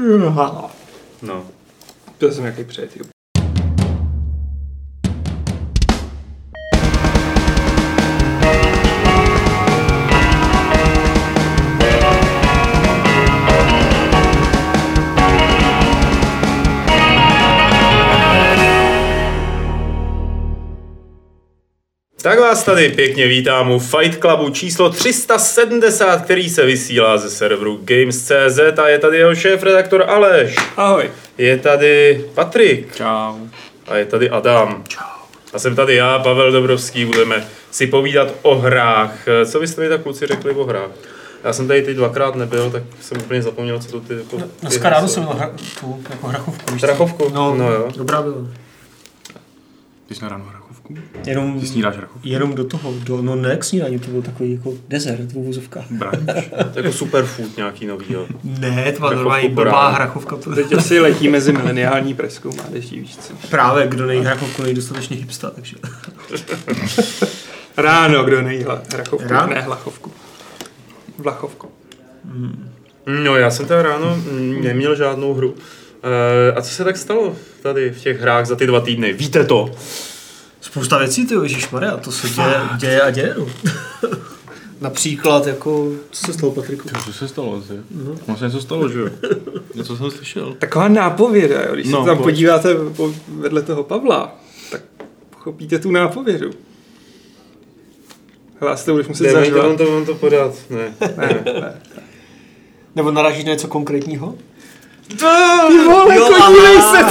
No. To jsem nějaký přejet. Tak vás tady pěkně vítám u Fight Clubu číslo 370, který se vysílá ze serveru Games.cz a je tady jeho šéf-redaktor Aleš. Ahoj. Je tady Patrik. Čau. A je tady Adam. Čau. A jsem tady já, Pavel Dobrovský, budeme si povídat o hrách. Co byste mi tak kluci řekli o hrách? Já jsem tady teď dvakrát nebyl, tak jsem úplně zapomněl, co to ty jako... Dneska ráno jsem měl tu jako hrachovku. Hrachovku? No jo. Dobrá byla. Ty jsi na ráno hrachovku? Jenom, ty snídáš hrachovku? Jenom do toho, no ne k snídání, to byl takový jako dezert v uvozovkách. To jako superfood nějaký nový, jo. Ne, to byla normální blbá hrachovka. Teď asi letí mezi mileniální preskou mládeží, víš co? Právě, kdo nejí hrachovku, nejí dostatečně hipsta, takže... Ráno, kdo nejí hrachovku, Ráno? ne hlachovku. Vlachovku. No, já jsem teda ráno neměl žádnou hru. A co se tak stalo tady v těch hrách za ty 2 týdny? Víte to? Spousta věcí, ty ježišmarja, to se děje a děje. No. Například, jako, co se stalo, Patriku? Co se stalo asi? Vlastně něco stalo, že jo? Něco jsem slyšel. Taková nápověda, jo? Když se tam podíváte vedle toho Pavla, tak pochopíte tu nápovědu. Hlás to budeš muset zažívat. Mám to podat. Ne. Nebo narážíš na něco konkrétního? Ty vole, podívej se!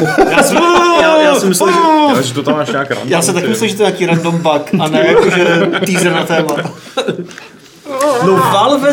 Já jsem myslel, že to tam máš nějak random. Já jsem taky myslel, že to je nějaký random bug a ne jakože teaser na téma. No Valve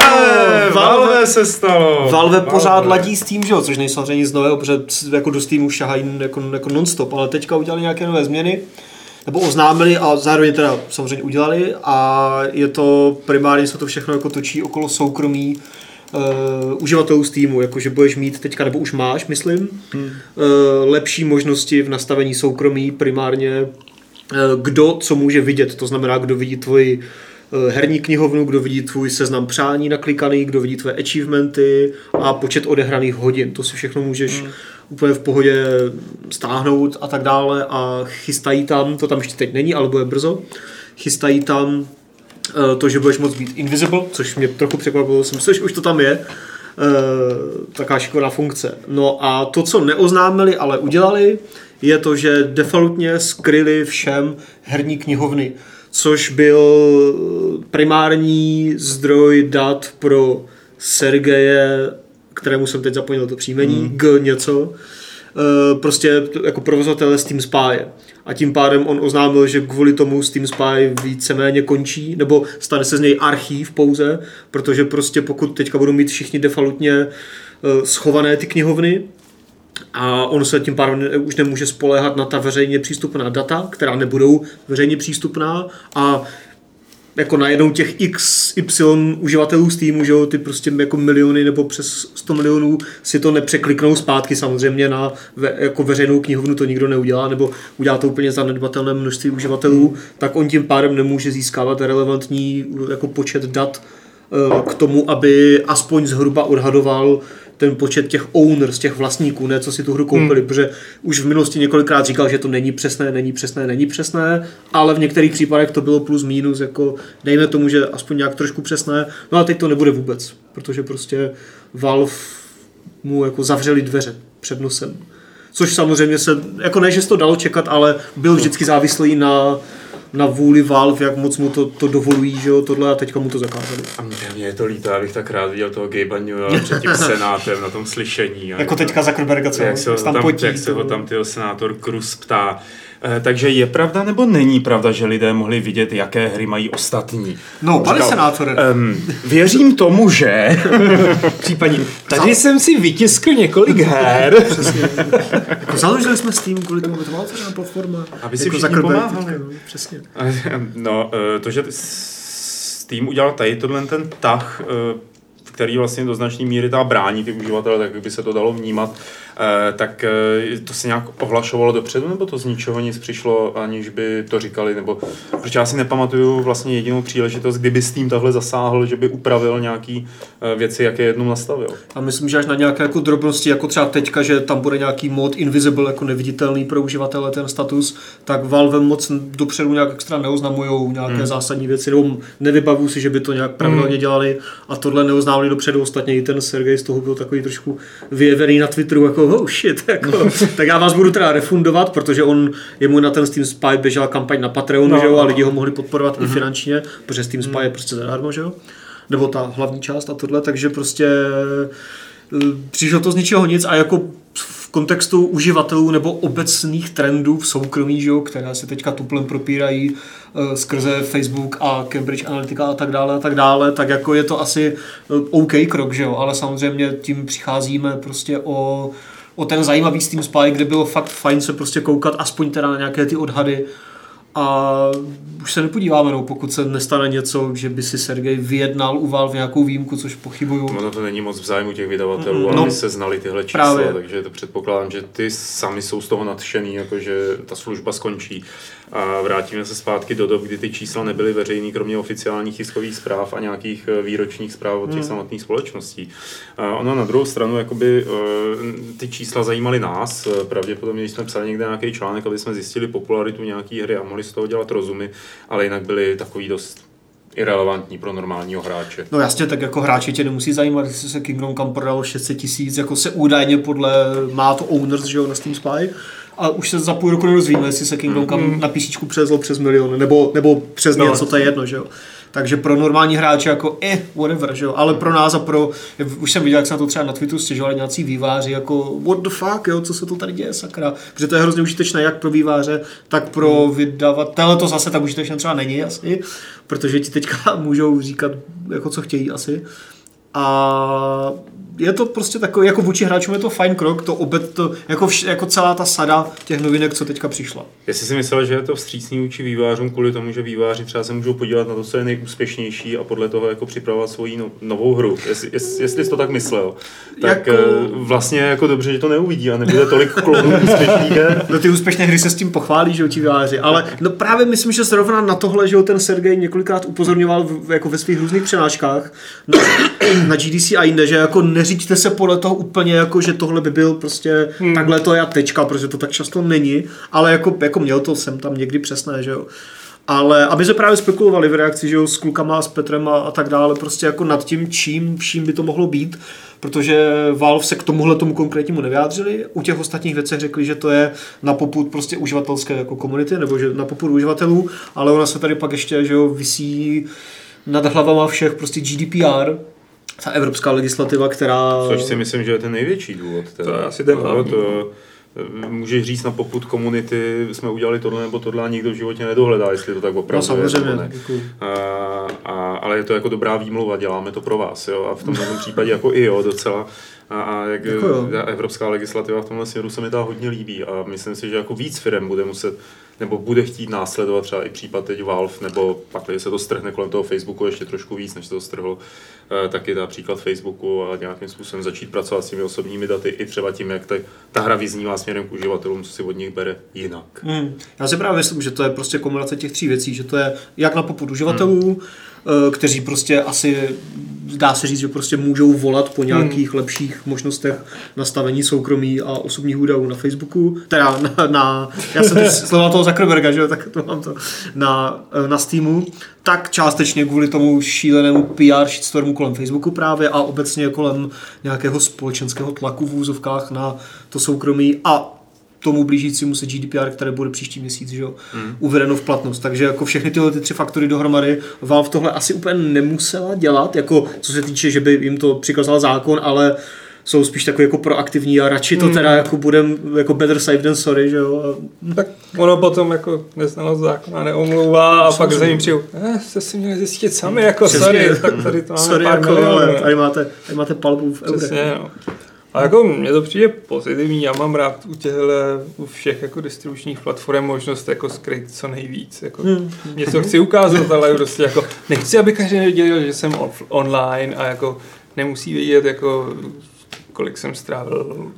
se stalo. Valve pořád ladí s tím, že jo, což nejsou samozřejmě nic nového, protože jako do Steamu šahají jako non-stop, ale teďka udělali nějaké nové změny, nebo oznámili a zároveň teda samozřejmě udělali a je to primárně se to všechno jako točí okolo soukromí uživatelů Steamu, jakože budeš mít teďka, nebo už máš, myslím, lepší možnosti v nastavení soukromí primárně, kdo co může vidět, to znamená, kdo vidí tvoji herní knihovnu, kdo vidí tvůj seznam přání naklikaný, kdo vidí tvoje achievementy a počet odehraných hodin. To si všechno můžeš úplně v pohodě stáhnout a tak dále a chystají tam, to tam ještě teď není, ale bude brzo, chystají tam to, že budeš moct být invisible, což mě trochu překvapilo, jsem myslel, že už to tam je, taková šikovná funkce. No a to, co neoznámili, ale udělali, je to, že defaultně skryli všem herní knihovny, což byl primární zdroj dat pro Sergeje, kterému jsem teď zapomněl to příjmení, G něco, prostě jako provozovatele Steam Spy. A tím pádem on oznámil, že kvůli tomu Steam Spy víceméně končí, nebo stane se z něj archív pouze, protože prostě pokud teďka budou mít všichni defaultně schované ty knihovny a on se tím pádem už nemůže spoléhat na ta veřejně přístupná data, která nebudou veřejně přístupná a jako najednou těch XY uživatelů Steamu, že jo, ty prostě jako miliony nebo přes 100 milionů si to nepřekliknou zpátky samozřejmě na jako veřejnou knihovnu, to nikdo neudělá, nebo udělá to úplně zanedbatelné množství uživatelů, tak on tím pádem nemůže získávat relevantní jako počet dat k tomu, aby aspoň zhruba odhadoval ten počet těch owners, těch vlastníků, ne co si tu hru koupili, protože už v minulosti několikrát říkal, že to není přesné, ale v některých případech to bylo plus minus, jako dejme tomu, že aspoň nějak trošku přesné, no a teď to nebude vůbec, protože prostě Valve mu jako zavřeli dveře před nosem. Což samozřejmě se, jako ne, že se to dalo čekat, ale byl vždycky závislý na vůli Valve, jak moc mu to dovolují, že jo, tohle a teďka mu to zakázali. A mě je to líto, já bych tak rád viděl toho Gabe'a Newella před tím senátem na tom slyšení. Jako teďka Zuckerberga, co? Jak se ho tam tyho senátor Cruz ptá. Takže je pravda nebo není pravda, že lidé mohli vidět, jaké hry mají ostatní? No, pane senátore. Věřím tomu, že... Případně, tady jsem si vytiskl několik her. Přesně. Jako založili jsme Steam kvůli tomu, aby to byla otevřená platforma. Aby si jako všichni pomáhali. Přesně. No, to, že Steam udělal tady ten tah, který vlastně do značné míry brání ty uživatele, tak by se to dalo vnímat. tak to se nějak ohlašovalo dopředu, nebo to z ničeho nic přišlo, aniž by to říkali, nebo protože já si nepamatuju vlastně jedinou příležitost, kdyby Steam tahle zasáhl, že by upravil nějaký věci, jak je jednou nastavil. A myslím, že až na nějaké jako drobnosti, jako třeba teďka, že tam bude nějaký mod invisible, jako neviditelný pro uživatele ten status, tak Valve moc dopředu nějak extra neoznamujou nějaké zásadní věci, nebo nevybavuju si, že by to nějak pravidelně dělali a tohle neoznámili dopředu. Ostatně i ten Sergej z toho byl takový trošku vyjevený na Twitteru, jako oh shit, jako, tak já vás budu teda refundovat, protože jemu na ten Steam Spy běžela kampaň na Patreonu, že jo, a lidi ho mohli podporovat i finančně, protože Steam Spy je prostě zadarmo, že jo, nebo ta hlavní část a tohle, takže prostě přišlo to z ničeho nic a jako v kontextu uživatelů nebo obecných trendů v soukromí, že jo, které se teďka tuplem propírají skrze Facebook a Cambridge Analytica a tak dále, tak jako je to asi OK krok, že jo, ale samozřejmě tím přicházíme prostě o ten zajímavý Steam Spy, kde bylo fakt fajn se prostě koukat aspoň teda na nějaké ty odhady a už se nepodíváme, no, pokud se nestane něco, že by si Sergej vyjednal u Valve nějakou výjimku, což pochybuju. Ono to není moc v zájmu těch vydavatelů, ale se znali tyhle čísla, právě. Takže to předpokládám, že ty sami jsou z toho nadšený, jakože ta služba skončí. A vrátíme se zpátky do dob, kdy ty čísla nebyly veřejný, kromě oficiálních tiskových zpráv a nějakých výročních zpráv od těch samotných společností. Ono na druhou stranu, jakoby, ty čísla zajímaly nás, pravděpodobně, když jsme psali někde nějaký článek, aby jsme zjistili popularitu nějaký hry a mohli z toho dělat rozumy, ale jinak byly takový dost irelevantní pro normálního hráče. No jasně, tak jako hráče tě nemusí zajímat, jestli se Kingdom Come prodalo 600 000, jako se údajně má to Owners, že jo, na Steam Spy, a už se za půl roku nedozvíme, jestli se Kingdom Come na PC převezlo přes 1 milion, nebo přes něco, to je jedno, že jo. Takže pro normální hráče jako whatever, že jo, ale pro nás a už jsem viděl, jak se na to třeba na Twitteru stěžovali nějací výváři, jako what the fuck, jo, co se to tady děje, sakra, protože to je hrozně užitečné jak pro výváře, tak pro vydavatele to zase tak užitečné třeba není asi, protože ti teďka můžou říkat, jako co chtějí asi. A je to prostě takový, jako vůči hráčům je to fajn krok, to jako celá ta sada těch novinek, co teďka přišla. Jestli si myslel, že je to vstřícný vůči vývářům kvůli tomu, že výváři třeba se můžou podívat na to, co je nejúspěšnější a podle toho jako připravovat svoji novou hru. Jestli jsi to tak myslel, tak vlastně jako dobře, že to neuvidí a nebude tolik klonů úspěšných her. No ty úspěšné hry se s tím pochválí, že jo, ti výváři, ale no právě myslím, že zrovna na tohle, že jo, ten Sergej několikrát upozorňoval jako ve svých různých přenáškách na GDC a jinde, že jako neříďte se podle toho úplně, jako že tohle by byl prostě takhle to je a tečka, protože to tak často není, ale jako měl to sem tam někdy přesné, že jo. Ale aby se právě spekulovali v reakci, že jo, s klukama, s Petrem a tak dále, prostě jako nad tím, vším by to mohlo být, protože Valve se k tomu konkrétnímu nevyjádřili. U těch ostatních věcech řekli, že to je na popud prostě uživatelské jako komunity, nebo že na popud uživatelů, ale ona se tady pak ještě, že jo, visí nad hlavama všech prostě GDPR, ta evropská legislativa, která... Což si myslím, že je ten největší důvod. To je asi ten hlavní. Můžeš říct na popud komunity, jsme udělali tohle nebo tohle a nikdo v životě nedohledá, jestli to tak opravdu je. Ale je to jako dobrá výmluva, děláme to pro vás. Jo? A v tomhle případě jako i jo, docela. A jak evropská legislativa v tomhle směru se mi hodně líbí a myslím si, že jako víc firem bude muset nebo bude chtít následovat třeba i případ teď Valve, nebo pak, když se to strhne kolem toho Facebooku ještě trošku víc, než se to strhlo, taky například Facebooku a nějakým způsobem začít pracovat s těmi osobními daty i třeba tím, jak ta hra vyznívá směrem k uživatelům, co si od nich bere jinak. Já si právě myslím, že to je prostě kombinace těch 3 věcí, že to je jak na popud uživatelů, kteří prostě asi dá se říct, že prostě můžou volat po nějakých lepších možnostech nastavení soukromí a osobních údajů na Facebooku, teda já jsem teď sloval toho Zuckerberga, že jo, tak to mám to na Steamu, tak částečně kvůli tomu šílenému PR shitstormu kolem Facebooku právě a obecně kolem nějakého společenského tlaku v úzovkách na to soukromí a tomu blížícímu se GDPR, které bude příští měsíc, že jo, uvedeno v platnost. Takže jako všechny tyhle 3 faktory dohromady Valve tohle asi úplně nemusela dělat, jako co se týče, že by jim to přikázal zákon, ale jsou spíš takový jako proaktivní a radši to teda jako budem jako better safe than sorry, že jo. Tak ono potom jako neznalost zákona neomlouvá a pak za ním přijou, jste si měli zjistit sami, jako sorry, tak tady to máme sorry, pár jako, milionů. Tady máte palbu v eurech. Přesně, no. A jako mně to přijde pozitivní, já mám rád u všech jako distribučních platform možnost jako skryt co nejvíc. Jako, něco chci ukázat, ale prostě jako nechci, aby každý věděl, že jsem online a jako nemusí vědět, jako kolik jsem strávil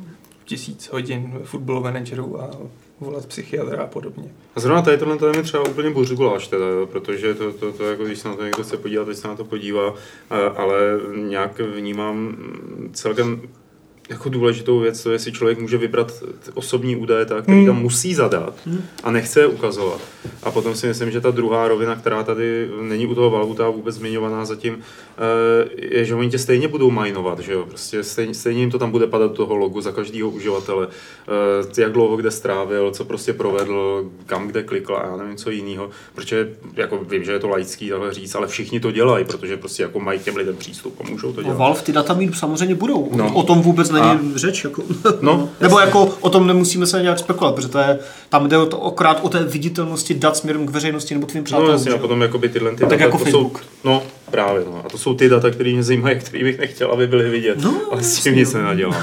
1000 hodin fotbal managerů a volat psychiatra a podobně. A zrovna tady tohle je mi třeba úplně buřguláš teda, protože to jako když se na to někdo chce podívat, teď se na to podívá, ale nějak vnímám celkem jako důležitou věc, to je, jestli člověk může vybrat osobní údaje, který tam musí zadat a nechce je ukazovat. A potom si myslím, že ta druhá rovina, která tady není u toho Valve vůbec zmiňovaná zatím, je, že oni tě stejně budou minovat, že jo? Prostě stejně jim to tam bude padat do toho logu za každého uživatele, jak dlouho kde strávil, co prostě provedl, kam kde klikl a já nevím co jiného, protože jako vím, že je to laický takhle říct, ale všichni to dělají, protože prostě jako mají těm lidem přístup a můžou to dělat. Valve ty data mít samozřejmě budou. No. O tom vůbec není řeč. Jako. No, nebo jako o tom nemusíme se nějak spekulovat, protože tam jde akorát o té viditelnosti dat směrem k veřejnosti nebo tvým přátelům. No jasně, a potom jakoby tyhle ty tak data, jako to Facebook. jsou, no právě, no. A to jsou ty data, které mě zajímají, které bych nechtěl, aby byly vidět. No, ale s tím nic nenadělám.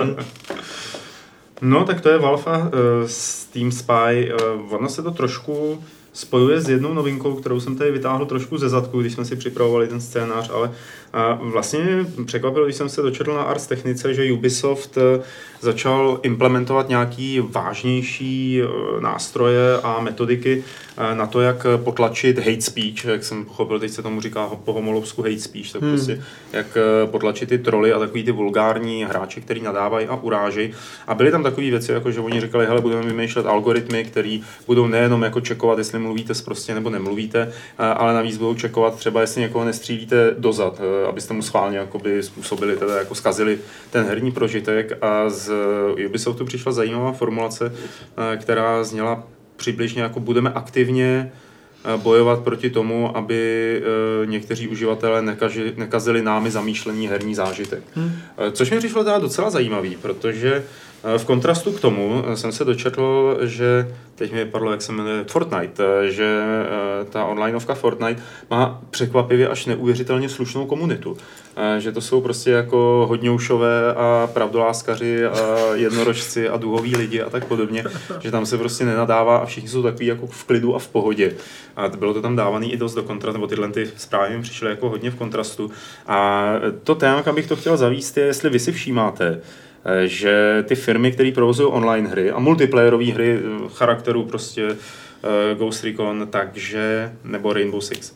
No, tak to je Valve Steam Spy. Ono se to trošku spojuje s jednou novinkou, kterou jsem tady vytáhl trošku ze zadku, když jsme si připravovali ten scénář, ale vlastně překvapilo, když jsem se dočetl na Ars Technice, že Ubisoft začal implementovat nějaký vážnější nástroje a metodiky na to, jak potlačit hate speech, jak jsem pochopil, teď se tomu říká po homolovsku hate speech, tak prostě jak potlačit ty troly a takový ty vulgární hráči, který nadávají a urážejí. A byly tam takové věci, jako že oni říkali, hele, budeme vymýšlet algoritmy, které budou nejenom jako čekovat, jestli mluvíte sprostě nebo nemluvíte, ale navíc budou čekovat třeba, jestli někoho nestřílíte dozad, abyste mu schválně jakoby způsobili, teda jako zkazili ten herní prožitek. A z Ubisoftu přišla zajímavá formulace, která zněla přibližně jako budeme aktivně bojovat proti tomu, aby někteří uživatelé nekazili námi zamýšlený herní zážitek. Což mi přišlo teda docela zajímavý, protože v kontrastu k tomu jsem se dočetl, že teď mi vypadlo, jak se jmenuje Fortnite, že ta onlineovka Fortnite má překvapivě až neuvěřitelně slušnou komunitu. Že to jsou prostě jako hodňoušové a pravdoláskaři a jednorožci a duhoví lidi a tak podobně, že tam se prostě nenadává a všichni jsou takový jako v klidu a v pohodě. A bylo to tam dávaný i dost do kontrastu, nebo tyhle ty zprávy mi přišly jako hodně v kontrastu. A to téma, kam bych to chtěl zavíst, je, jestli vy si všímáte, že ty firmy, které provozují online hry a multiplayerové hry charakteru prostě Ghost Recon, takže, nebo Rainbow Six,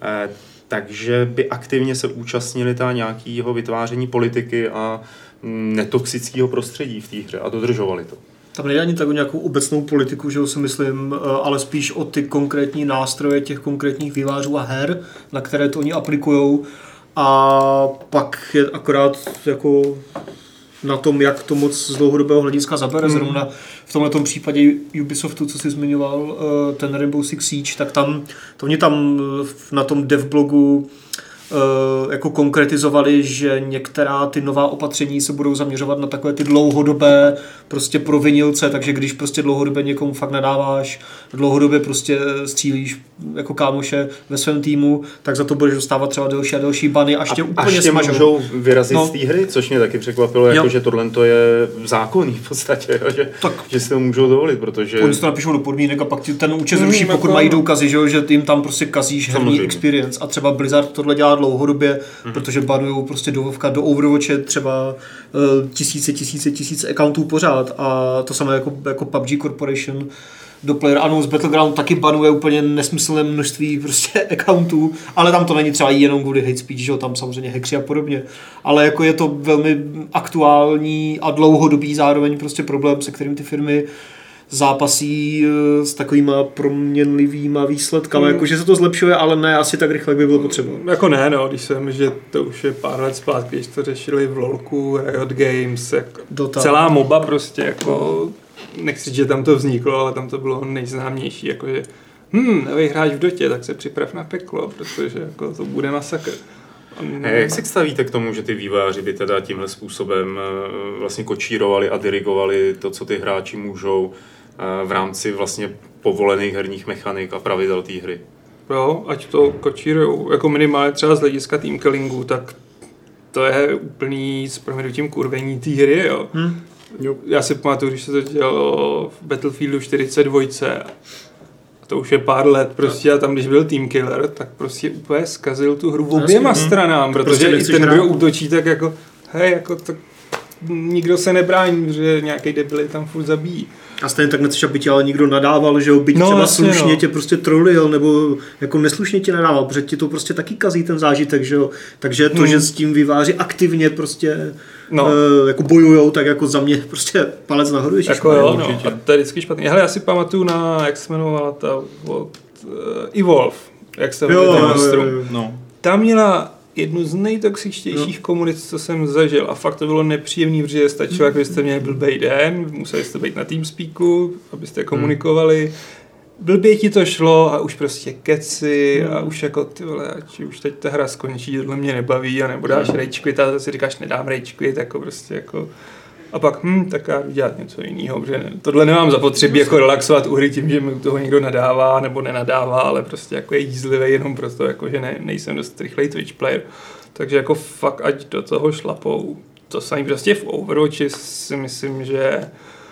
takže by aktivně se účastnili nějakého vytváření politiky a netoxického prostředí v té hře a dodržovali to. Tam nejde ani tak o nějakou obecnou politiku, že si myslím, ale spíš o ty konkrétní nástroje těch konkrétních vývojářů a her, na které to oni aplikujou, a pak je akorát jako na tom, jak to moc z dlouhodobého hlediska zabere. Zrovna v tomto případě Ubisoftu, co jsi zmiňoval, ten Rainbow Six Siege, tak oni tam na tom devblogu jako konkretizovali, že některá ty nová opatření se budou zaměřovat na takové ty dlouhodobé prostě provinilce, takže když prostě dlouhodobě někomu fakt nadáváš, dlouhodobě prostě střílíš jako kámoše ve svém týmu, tak za to budeš dostávat třeba delší a delší bany, až tě úplně smažou. Můžou vyrazit z té hry, což mě taky překvapilo, jako, že tohle to je zákonný v podstatě, že si to můžou dovolit, protože... Oni si to napíšou do podmínek a pak ti ten účet zruší, pokud mají důkazy, že ty jim tam prostě kazíš herní experience, a třeba Blizzard tohle dělá dlouhodobě, protože banujou prostě do Overwatche třeba tisíce accountů pořád, a to samé jako PUBG Corporation do PlayerUnknown's Battleground taky banuje úplně nesmyslné množství prostě accountů, ale tam to není třeba jenom kvůli hate speech, že jo, tam samozřejmě hackři a podobně, ale jako je to velmi aktuální a dlouhodobý zároveň prostě problém, se kterým ty firmy zápasí s takovýma proměnlivýma výsledkama, jakože se to zlepšuje, ale ne asi tak rychle, jak by bylo potřeba. Jako ne, no, když jsem, že to už je pár let zpátky, když to řešili v LoLku, Riot Games, jako celá MOBA prostě, jako nechci, že tam to vzniklo, ale tam to bylo nejznámější, jakože nevyhráš v Dotě, tak se připrav na peklo, protože jako to bude masakr. Jak se stavíte k tomu, že ty vývojáři by teda tímhle způsobem vlastně kočírovali a dirigovali to, co ty hráči můžou v rámci vlastně povolených herních mechanik a pravidel té hry? Jo, ať to kočírujou, jako minimálně třeba z hlediska team killingu, tak to je úplný s proměnutím kurvení té hry, jo. Já si pamatuju, když se to dělalo v Battlefieldu 42, to už je pár let prostě, a tam když byl team killer, tak prostě úplně zkazil tu hru oběma stranám, protože i ten, kdo útočí, tak jako hej, jako tak nikdo se nebrání, že nějaký debil tam furt zabíjí. A stejně tak nechceš, aby tě ale nikdo nadával, že jo, byť třeba slušně tě prostě trolil, nebo jako neslušně tě nadával, protože ti to prostě taky kazí ten zážitek, že jo. Takže to, že s tím výváři aktivně prostě jako bojujou, tak jako za mě prostě palec nahoru. Jako jo, no. A to je vždycky špatný. Hele, já si pamatuju na, jak se jmenovala ta Evolve, jak se jmenuje ten monstrum. No. Tam měla jednu z nejtoxičtějších komunit, co jsem zažil. A fakt to bylo nepříjemný, protože stačilo, jak byste měli blbej den, museli jste být na TeamSpeaku, abyste komunikovali. Blbě ti to šlo a už prostě keci a už jako ty vole, už teď ta hra skončí, tohle mě nebaví, a nebo dáš rage quit a si říkáš nedám rage quit, jako prostě jako... A pak, tak já jdu dělat něco jiného, protože tohle nemám zapotřebí jako relaxovat u hry tím, že mi u toho někdo nadává nebo nenadává, ale prostě jako je jízlivý jenom proto, jako že nejsem dost rychlej Twitch player. Takže jako fakt ať do toho šlapou. To samé prostě v Overwatchi si myslím, že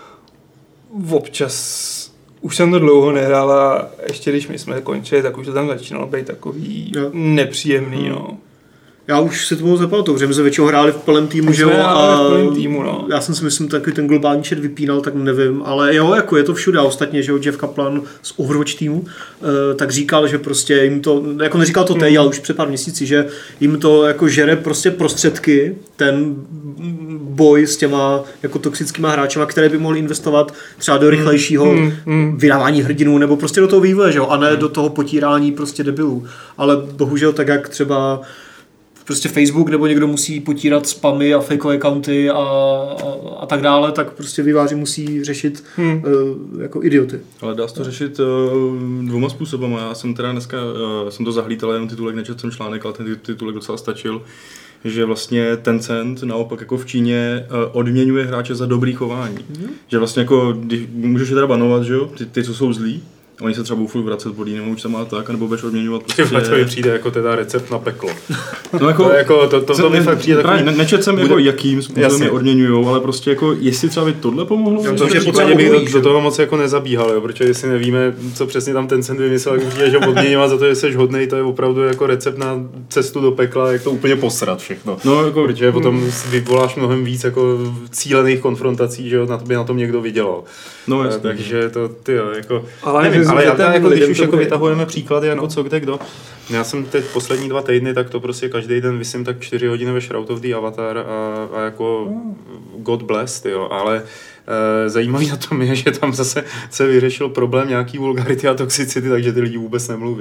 občas už jsem to dlouho nehrál a ještě když my jsme končili, tak už to tam začínalo být takový nepříjemný, no. Já už si to moc nepamatuju, protože my jsme většinou hráli v plném týmu, že jo, a v plném týmu, no. Já jsem si myslím, takový ten globální chat vypínal, tak nevím, ale jo, jako je to všude, a ostatně, že jo, Jeff Kaplan z Overwatch týmu, tak říkal, že prostě jim to, jako neříkal to teď, ale už před pár měsíci, že jim to jako žere prostě prostředky, ten boj s těma jako toxickýma hráčema, které by mohli investovat třeba do rychlejšího vydávání hrdinů, nebo prostě do toho vývoje, že jo, a ne do toho potírání prostě debilů. Ale bohužel tak, jak třeba prostě Facebook nebo někdo musí potírat spamy a fakeové accounty a tak dále, tak prostě výváři musí řešit jako idioty. Ale dá se to řešit dvouma způsobama. Já jsem teda dneska, jsem to zahlítal, jenom titulek, nečetl jsem článek, ale ten titulek docela stačil, že vlastně Tencent naopak jako v Číně odměňuje hráče za dobrý chování. Že vlastně jako, můžeš je teda banovat, že jo, ty co jsou zlí, oni se třeba budou furt vracet pod jiným účtama a tak, nebo budeš odměňovat prostě... To mi přijde jako teda recept na peklo. No jako, to mi fakt přijde takový... Nečet jsem jako jakým způsobem je odměňujou, ale prostě jako, jestli třeba by tohle pomohlo... Já bych do toho moc jako nezabíhal, jo, protože jestli nevíme, co přesně tam Tencent vymyslel, jak přijde, že odměňovat za to, že jsi hodnej, to je opravdu jako recept na cestu do pekla, jak to úplně posrat všechno. No, jako, protože potom vyvoláš mnohem víc jako cílených konfrontací, že jo, by na tom někdo vydělal. No, jasný. Takže to ty jo, jako nevím, ale já jako, když už jako vytahujeme příklady jako co kde kdo. Já jsem teď poslední 2 týdny, tak to prostě každý den visím tak 4 hodiny ve Shroud of the Avatar a jako God bless, jo, ale zajímavý na tom je, že tam zase se vyřešil problém nějaký vulgarity a toxicity, takže ty lidi vůbec nemluví.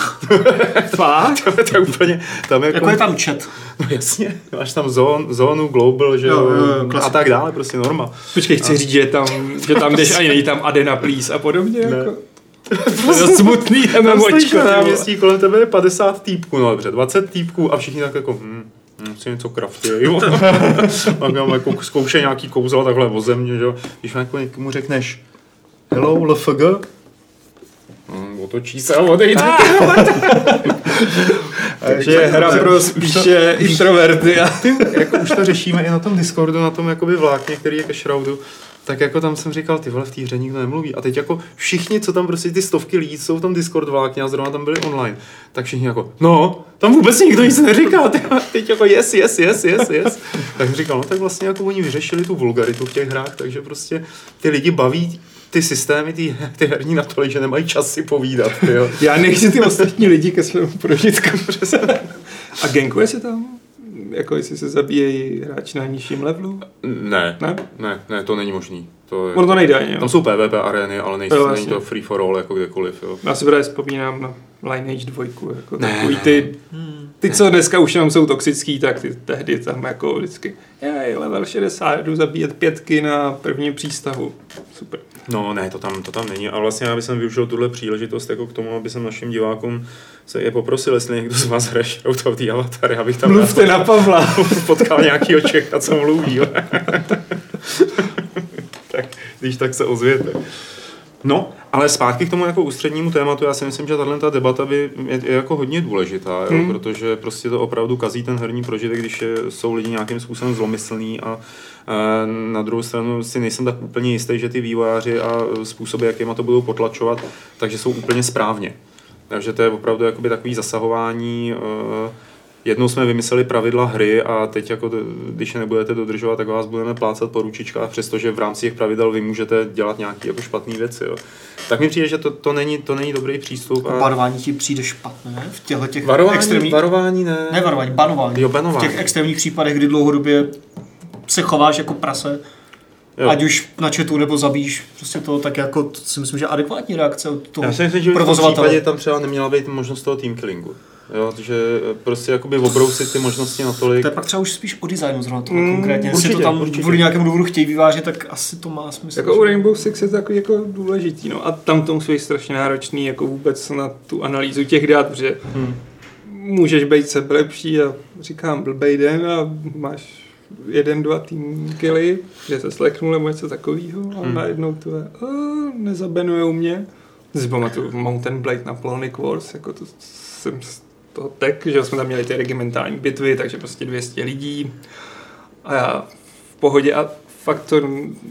Fakt? To je úplně, tam jako je tam chat. No jasně, máš tam zónu, global, že jo, a tak dále, prostě norma. Počkej, chci říct, že tam jdeš ani tam Adena please a podobně, jako. To je smutný MMOčko. Na náměstí kolem tebe je 50 týpků, no dobře, 20 týpků a všichni tak jako si něco craftují. Mám jako zkoušet nějaký kouzlo takhle o země, že? Když jako někomu řekneš hello, LFG, otočí se a odejde. Takže je hra pro spíše introverty. Jako už to řešíme i na tom Discordu, na tom jakoby vlákně, který je ke Shroudu. Tak jako tam jsem říkal, ty vole, v té hře nikdo nemluví. A teď jako všichni, co tam prostě ty stovky lidí, jsou v tom Discord vlákně a zrovna tam byli online, tak všichni jako, no, tam vůbec nikdo nic neříká. Teď jako yes. Tak jsem říkal, no tak vlastně jako oni vyřešili tu vulgaritu v těch hrách, takže prostě ty lidi baví ty systémy, ty herní natolik, že nemají čas si povídat. Jo. Já nechci ty ostatní lidi ke svému prožitku. A gankuje se tam? Jako jestli se zabíjejí hráči na nižším levelu? Ne, to není možný. Ono to nejde ani, jo. Tam jsou PvP arény, ale není to free for all jako kdekoliv. Jo. Já si právě vzpomínám na Lineage 2, jako takový ty, co dneska už jenom jsou toxický, tak ty tehdy tam jako vždycky level 60, jdu zabíjet 5 na prvním přístavu. Super. No ne, to tam není. A vlastně já bych využil tuhle příležitost jako k tomu, aby jsem našim divákům se je poprosil, jestli někdo z vás hraje Shroud of the Avatar, abych tam mluvte na Pavla. Potkal nějakýho Čecha, co mluví. Tak když tak se ozvěte. No, ale zpátky k tomu jako ústřednímu tématu, já si myslím, že tato debata je jako hodně důležitá, jo, protože prostě to opravdu kazí ten herní prožitek, když jsou lidi nějakým způsobem zlomyslní a na druhou stranu si nejsem tak úplně jistý, že ty vývojáři a způsoby, jakýma to budou potlačovat, takže jsou úplně správně. Takže to je opravdu jakoby takový zasahování jednou jsme vymysleli pravidla hry a teď jako, když je nebudete dodržovat, tak vás budeme plácat po ručičkách, přestože v rámci těch pravidel vy můžete dělat nějaké jako špatné věci. Jo. Tak mi přijde, že to není dobrý přístup. A varování ti přijde špatné v těchto těch extrémních... Varování ne. Ne varování, banování. Jo, banování. V těch extrémních případech, kdy dlouhodobě se chováš jako prase, jo. Ať už na chatu nebo zabíš, prostě to tak jako, to si myslím, že adekvátní reakce od toho provozovatele. Já si myslím, že v tom případě tam třeba neměla být možnost toho team killingu. Jo, že prostě jakoby obrousit ty možnosti natolik. To je pak třeba už spíš o designu zrovna toho konkrétně. Jestli to tam kvůli nějakému důvodu chtějí vyvážet, tak asi to má smysl. Jako u Rainbow Six je to takový jako důležitý, no. A tam to musí být strašně náročný jako vůbec na tu analýzu těch dat, protože můžeš být sebelepší a říkám blbej den a máš 1-2 team killy, že se sleknul nebo něco takového a najednou to je, nezabenujou mě. Si pamatuju Mountain Blade na Polonic Wars, jako to jsem toho tek, že jsme tam měli ty regimentální bitvy, takže prostě 200 lidí a já v pohodě a fakt to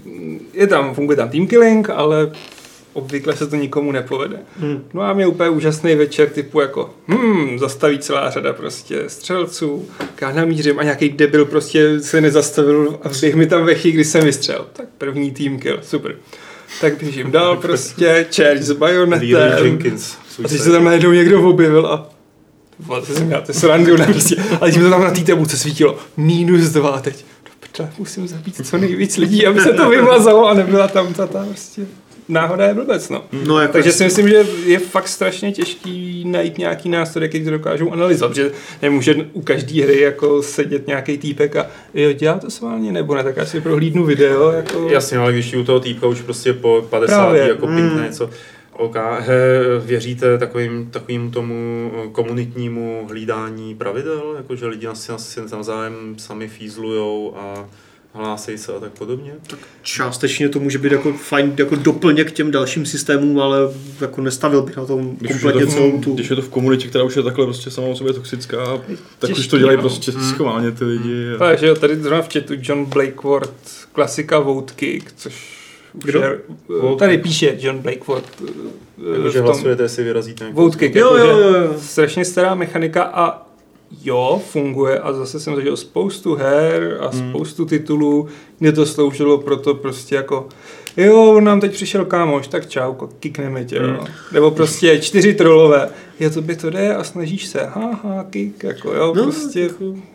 funguje tam team killing, ale obvykle se to nikomu nepovede. No a mě úplně úžasný večer typu jako zastaví celá řada prostě střelců, já namířím a nějaký debil prostě se nezastavil a vběh mi tam ve chvíli, kdy jsem vystřel. Tak první team kill, super. Tak běžím dál prostě, charge s bajonetem. A teď se tam najednou někdo objevil a jsem já, to je srandu, prostě. Ale tím to tam na té tabulce svítilo -2 teď. Musím zabít co nejvíc lidí, aby se to vymazalo a nebyla tam ta prostě náhoda je blbec, no. Jako takže si myslím, že je fakt strašně těžký najít nějaký nástroje, který to dokážou analyzovat, že nemůže u každé hry jako sedět nějaký týpek a jo, dělá to sválně nebo ne, tak já si prohlídnu video. Jako... Jasně, ale když u toho týpka už prostě po 50. jako pinkne něco, OK, věříte takovým tomu komunitnímu hlídání pravidel, jakože lidi si navzájem sami fízlujou a hlásej se a tak podobně? Tak částečně to může být jako fajn jako doplněk k těm dalším systémům, ale jako nestavil bych na tom kompletně celou tu... Když je to v komunitě, která už je takhle prostě sama o sobě toxická, tak už to dělají prostě schválně ty lidi. Takže jo, tady zrovna v chatu John Blakeward, klasika Votekick, což kdo? Tady píše John Blakeward. Jakože hlasujete, jestli vyrazíte. Votekick, jo. Strašně stará mechanika a jo, funguje a zase jsem zažil spoustu her a spoustu titulů, kde to sloužilo proto prostě jako jo, nám teď přišel kámoš, tak čau, kikneme tě, jo. Nebo prostě 4 trollové, jo, to by to jde a snažíš se, haha, kick, jako jo, prostě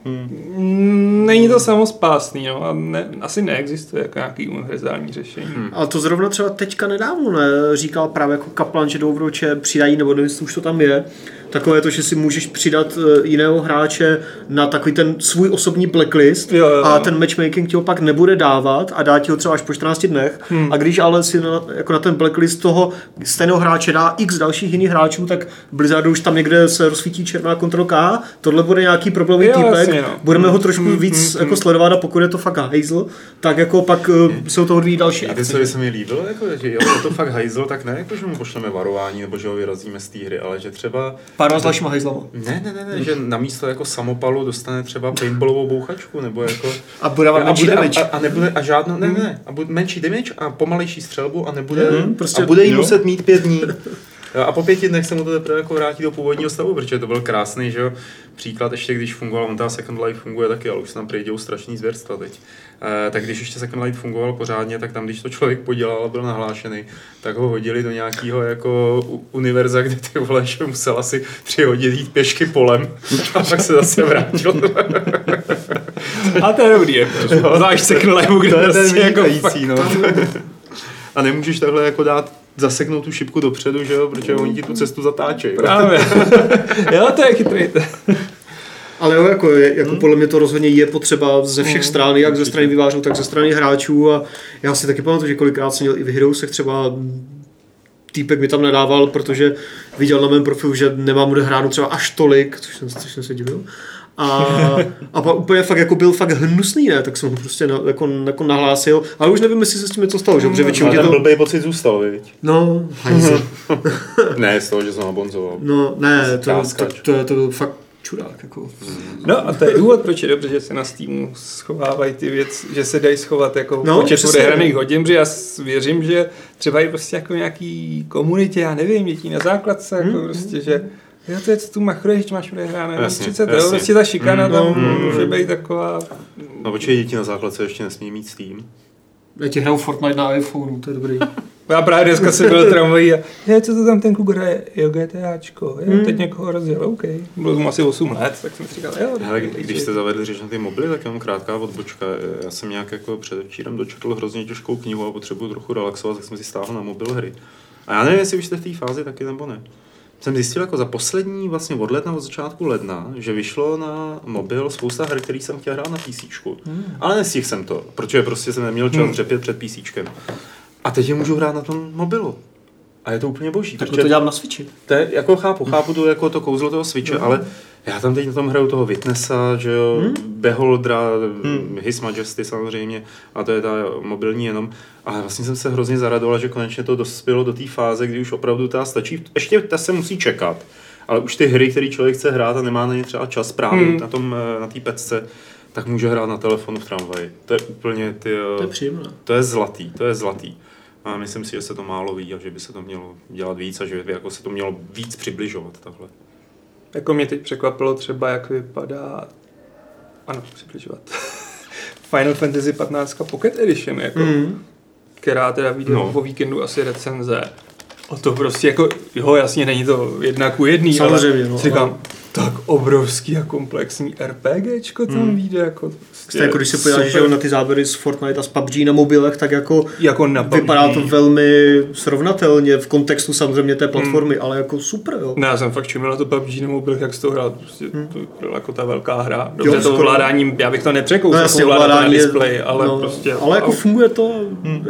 není to samospásný, no, a asi neexistuje jako nějaký univerzální řešení. Ale to zrovna třeba teďka nedávno říkal právě jako Kaplan, že do Overwatche přidají, nebo nevím, už to tam je, takové to, že si můžeš přidat jiného hráče na takový ten svůj osobní blacklist a ten matchmaking ti ho pak nebude dávat a dá ti ho třeba až po 14 dnech. A když ale si jako na ten blacklist toho stejného hráče dá x dalších jiných hráčů, tak Blizzardu už tam někde se rozsvítí černá Ctrl-K, tohle bude nějaký problémový týpek, budeme ho trošku víc jako sledovat a pokud je to fakt hajzl, tak jako pak se toho odvíjí další akce. Víte, co se mi líbilo, jako, že jo, je to fakt hajzl, tak ne jako, že mu pošleme varování nebo že ho vyrazíme z té hry, ale že třeba pár s dalšíma hajzlama. Ne, že namísto jako samopalu dostane třeba paintballovou bouchačku, nebo jako... A bude menší damage. A nebude, a žádnou, ne, a bude menší damage a pomalejší střelbu a nebude, prostě, a bude jí muset mít 5 dní. A po 5 dnech se mu to teprve jako vrátí do původního stavu, protože to byl krásný, že jo, příklad ještě, když fungoval, on ta Second Life funguje taky, ale už se tam přejdějou strašný zvěrstva teď. Tak když ještě Second Life fungoval pořádně, tak tam, když to člověk podělal a byl nahlášený, tak ho hodili do nějakého jako univerza, kde ty vole, že musel asi 3 hodiny jít pěšky polem a pak se zase vrátil. A to je dobrý, jako. Zvlášť Second Life, kde to je prostě jako no. A nemůžeš takhle jako dát zaseknout tu šipku dopředu, že jo, protože oni ti tu cestu zatáčejí. Právě. Jo, to je chytrý. Ale jo, jako podle mě to rozhodně je potřeba ze všech stran, jak ze strany vývářů, tak ze strany hráčů a já si taky pamatuju, že kolikrát jsem měl i v Heroesech třeba týpek mi tam nedával, protože viděl na mém profilu, že nemám odehráno třeba až tolik, což jsem se divil. A pak úplně fakt jako byl fakt hnusný, ne? Tak jsem ho prostě jako nahlásil, ale už nevím, jestli se s tím něco stalo, že? Protože většinou ten blbej pocit zůstal, viď? No, hajzl. Ne, z toho, že jsem nabonzoval. No, ne, to byl fakt čurák, jako. No a to je důvod, proč je dobře, že se na Steamu schovávají ty věci, že se dají schovat jako počet odehraných hodin, protože já věřím, že třeba i prostě jako nějaký komunitě, já nevím, dětí na základce, jako prostě, že jo, to je, co tu machruješ, máš odehráno 30 €, vlastně ta šikana tam může být taková... No počkej, děti na základce ještě nesmí mít Steam. Já ti hraju Fortnite na iPhoneu, to je dobrý. Já právě dneska jsem byl tramvají a co to tam ten kluk hraje? Jo, GTAčko, teď někoho rozjel, OK. Bylo tomu asi 8 let, tak jsem si říkal, jo. Hele, když jste zavedli řeč na ty mobily, tak jenom krátká odbočka. Já jsem nějak jako předevčírem dočetl hrozně těžkou knihu a potřebuju trochu relaxovat, tak jsem si stáhl na mobil hry. A já nevím, jestli už jste v té fázi taky nebo ne. Jsem zjistil jako za poslední vlastně od ledna, od začátku ledna, že vyšlo na mobil spousta her, který jsem chtěl hrát na PCčku. Ale nestihl jsem to, protože prostě jsem neměl čas dřepět před PCčkem. A teď je můžu hrát na tom mobilu. A je to úplně boží. Tak to dělám na Switchi. To je, jako chápu to jako to kouzlo toho Switche, ale já tam teď na tom hraju toho Witnessa, že jo, Beholdra, His Majesty samozřejmě, a to je ta mobilní jenom. Ale vlastně jsem se hrozně zaradoval, že konečně to dospělo do té fáze, kdy už opravdu ta stačí, ještě ta se musí čekat. Ale už ty hry, které člověk chce hrát a nemá na ně třeba čas právě na té pecce, tak může hrát na telefonu v tramvaji. To je úplně to je příjemné. To je zlatý. A myslím si, že se to málo ví a že by se to mělo dělat víc a že by jako se to mělo víc přibližovat takhle. Jako mě teď překvapilo třeba, jak vypadá... Ano, přibližovat. Final Fantasy 15 Pocket Edition, jako, která teda vyjde po víkendu asi recenze. A to prostě jako, jo, jasně, není to 1:1, samozřejmě, ale říkám, tak obrovský a komplexní RPGčko tam vyjde, jako... Prostě jako když se podíváš na ty záběry z Fortnite a z PUBG na mobilech, tak jako na vypadá to velmi srovnatelně v kontextu samozřejmě té platformy, ale jako super, jo. Ne, já jsem fakt čumil na to PUBG na mobilech, jak jsi to hrál, prostě to byla jako ta velká hra. Dobře, to ovládání, já bych to nepřekousl, no, ovládání na displeji, ale prostě... Ale jako funguje to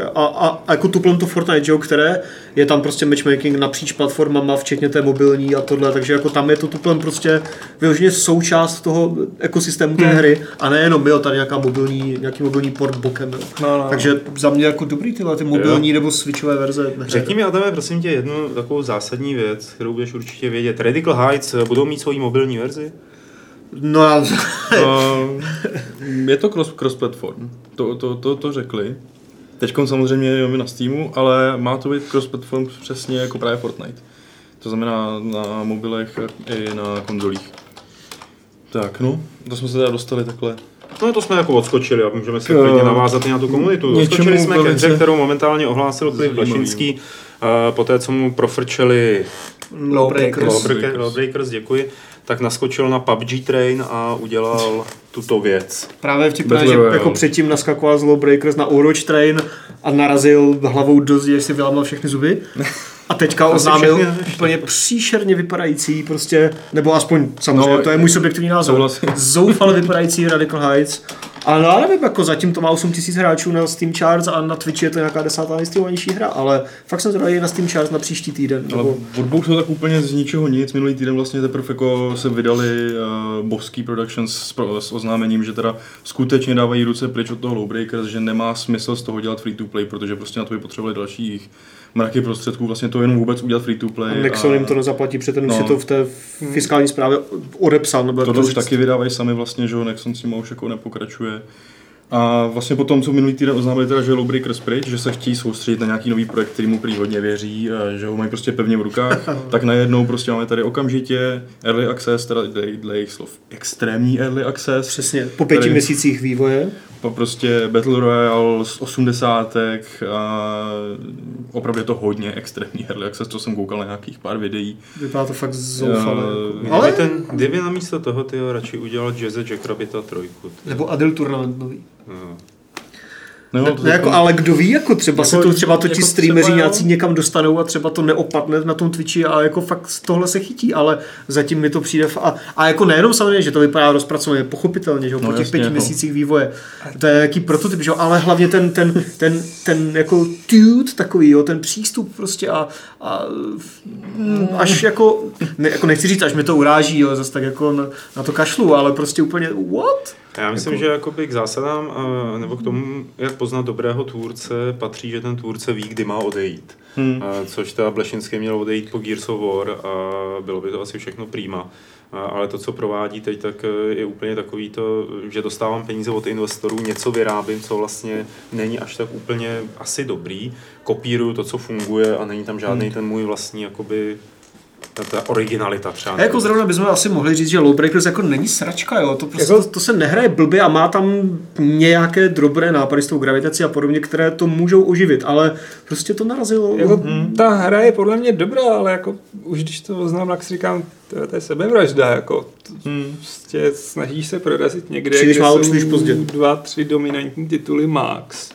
a jako tuplem to Fortnite, jo, které je tam prostě matchmaking napříč platformama, včetně té mobilní a tohle, takže jako tam je to tuplem prostě vyloženě součást toho ekosystému té hry a nejenom tady nějaký mobilní port bokem. No. Takže za mě jako dobrý ty mobilní nebo switchové verze. Řekni mi, Adame, prosím tě, jednu takovou zásadní věc, kterou budeš určitě vědět. Radical Heights budou mít svoji mobilní verzi? No je to cross-platform. To řekli. Teďkom samozřejmě je na Steamu, ale má to být cross-platform přesně jako právě Fortnite. To znamená na mobilech i na konzolích. Tak, no, to jsme se teda dostali takhle. No to jsme jako odskočili a můžeme si klidně navázat i na tu komunitu. Odskočili jsme ke hře, kterou momentálně ohlásil Filip Lešinský, poté co mu profrčeli Lawbreakers, děkuji, tak naskočil na PUBG Train a udělal tuto věc. Právě vtipné, že jako předtím naskakoval z Lawbreakers na Overwatch Train a narazil hlavou do zdi, si vylámal všechny zuby. A teďka oznámil úplně příšerně vypadající, prostě, nebo aspoň samozřejmě, to je můj subjektivní názor, zoufale vypadající Radical Heights. Ale já nevím, jako zatím to má 8000 hráčů na Steam Charts a na Twitchi je to nějaká 10. nejstreamovanější hra, ale fakt jsem zvědavý na Steam Charts na příští týden. Ale odbouk to tak úplně z ničeho nic, minulý týden vlastně teprve jako se vydali Boský Productions s oznámením, že teda skutečně dávají ruce pryč od toho Lawbreakers, že nemá smysl z toho dělat free to play, protože prostě na to by potřebovali dalších mraky prostředků, vlastně to jenom vůbec udělat free to play. A Nexon jim to nezaplatí, protože ten už si to v té fiskální zprávě odepsal. To už taky vydávají sami vlastně, že Nexon s tím už jako nepokračuje. A vlastně potom, co minulý týden oznámili teda, že Lawbreakers pryč, že se chtějí soustředit na nějaký nový projekt, který mu prý hodně věří, že ho mají prostě pevně v rukách, tak najednou prostě máme tady okamžitě early access, teda dle jejich slov extrémní early access. Přesně, po 5 měsících vývoje. Prostě Battle Royale z 80. a opravdu je to hodně extrémní early access, co jsem koukal na nějakých pár videí. Vypadá to fakt zoufale. Ale kdyby namísto toho radši udělal Jazze Jackrabbita 3. Nebo Adil Tournament nový. No, ale kdo ví, jako třeba se to třeba ti streameři nějací někam dostanou a třeba to neopadne na tom Twitchi a jako fakt tohle se chytí, ale zatím mi to přijde a jako nejenom samozřejmě, že to vypadá rozpracovaně, pochopitelně, že po těch 5 měsících vývoje. To je jaký prototyp, že ale hlavně ten jako dude takový, jo, ten přístup prostě a až jako nechci říct, až mi to uráží, jo, zase tak jako na to kašlu, ale prostě úplně what? Já myslím, že jakoby k zásadám nebo k tomu, jak poznat dobrého tvůrce, patří, že ten tvůrce ví, kdy má odejít. Což teda Blešinský měl odejít po Gears of War a bylo by to asi všechno prima. Ale to, co provádí teď, tak je úplně takový to, že dostávám peníze od investorů, něco vyrábím, co vlastně není až tak úplně asi dobrý. Kopíruju to, co funguje a není tam žádný ten můj vlastní jakoby ta originalita třeba. A jako zrovna bychom asi mohli říct, že Lawbreakers jako není sračka, jo, to prostě to se nehraje blbě a má tam nějaké drobné nápady s tou gravitací a podobně, které to můžou oživit, ale prostě to narazilo. Jako, ta hra je podle mě dobrá, ale jako už když to znám, tak si říkám, to je sebevražda, jako prostě snažíš se prorazit někde, příliš kde málo, jsou příliš pozdě. 2-3 dominantní tituly max.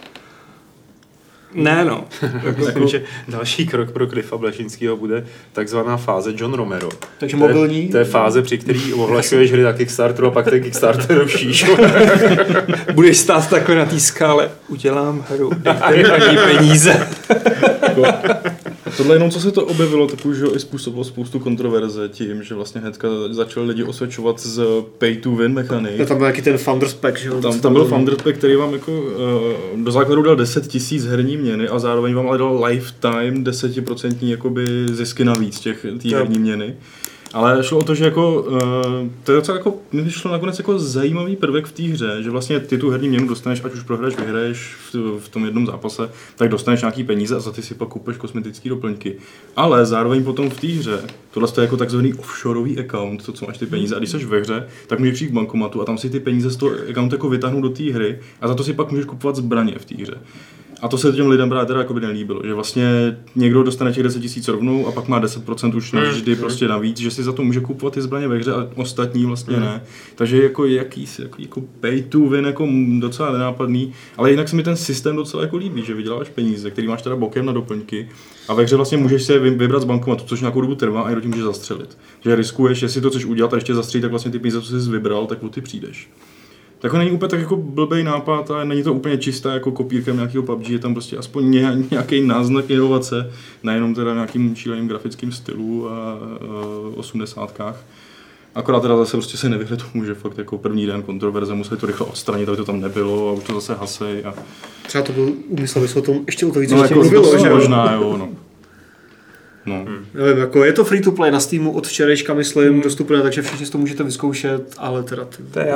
Ne, no. Takže další krok pro Cliffa Blešinského bude takzvaná fáze John Romero. Takže mobilní. To je fáze, při který ohlašuješ hry na Kickstarteru a pak ten Kickstarter rušíš. Budeš stát takhle na té skále. Udělám hru, dejte mi ani peníze. Tohle jenom, co se to objevilo, tak už i způsobilo spoustu kontroverze tím, že vlastně hnedka začali lidi osvědčovat z pay to win mechanik. Tam byl nějaký ten Founders Pack, že jo? Tam byl Founders Pack, který vám jako do základu dal 10 000 herní měny a zároveň vám ale dal lifetime 10% jakoby zisky navíc té herní měny. Ale šlo o to, že jako, to je docela jako, mi šlo nakonec jako zajímavý prvek v té hře, že vlastně ty tu herní měnu dostaneš, ať už prohraješ, vyhraješ v tom jednom zápase, tak dostaneš nějaký peníze a za ty si pak kupuješ kosmetické doplňky. Ale zároveň potom v té hře, tohle je jako takzvaný offshoreový account, to, co máš ty peníze, a když jsi ve hře, tak můžeš přijít k bankomatu a tam si ty peníze z toho accountu jako vytáhnou do té hry a za to si pak můžeš kupovat zbraně v té hře. A to se těm lidem právě teda jako by nelíbilo, že vlastně někdo dostane těch 10 000 rovnou a pak má 10% už navždy prostě navíc, že si za to může kupovat ty zbraně ve hře a ostatní vlastně ne. Takže jako jakýsi jako pay to win jako docela nenápadný, ale jinak se mi ten systém docela jako líbí, že vyděláváš peníze, který máš teda bokem na doplňky a ve hře vlastně můžeš si vybrat z bankomatu, což nějakou dobu trvá a i do tím můžeš zastřelit. Že riskuješ, jestli to chceš udělat a ještě zastřelit, tak vlastně ty peníze, co jsi vybral, tak o ty přijdeš. Tak to není úplně tak jako blbej nápad a není to úplně čistá jako kopírkem nějakého PUBG, je tam prostě aspoň nějaký náznak inovace, nejenom teda nějakým šíleným grafickým stylu a 80kách. Akorát teda zase prostě se nevyhli tomu, že fakt jako první den kontroverze museli to rychle odstranit, aby to tam nebylo a už to zase hasej. A... Třeba to byl úmysl, aby se o tom ještě o to víc jako mluvilo, že možná, jo, no. No. Nevím, jako je to free to play na Steamu od včerejška, myslím, dostupné, takže všichni to můžete vyzkoušet, ale teda...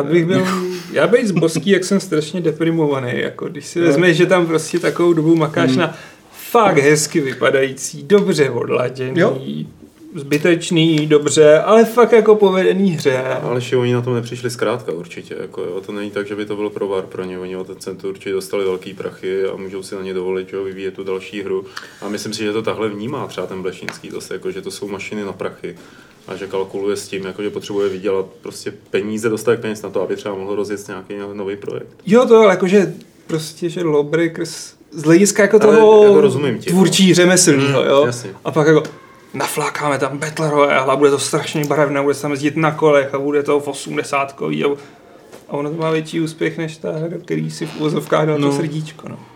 Já bych z Boský, jak jsem strašně deprimovaný, jako když si vezmeš, že tam prostě takovou dobu makáš na fakt hezky vypadající, dobře odladěný, zbytečný, dobře, ale fakt jako povedený hře. Ale že oni na tom nepřišli zkrátka určitě, jako jo, to není tak, že by to byl provar pro ně, oni o ten centrum určitě dostali velký prachy a můžou si na ně dovolit, že vyvíjet tu další hru a myslím si, že to takhle vnímá třeba ten Blešinský zase, jako, že to jsou mašiny na prachy a že kalkuluje s tím, jako, že potřebuje vydělat prostě peníze, dostatek peněz na to, aby třeba mohl rozjet nějaký nový projekt. Jo, to ale jakože prostě, že Lawbreakers z hlediska jako toho jako tvůrčí řemeslného, jo, jasně. A pak jako naflákáme tam Battle Royale a bude to strašně barevné, bude se tam jezdit na kolech a bude to v 80kový a ono to má větší úspěch než ta hra, který si v uvozovkách dal to srdíčko, no.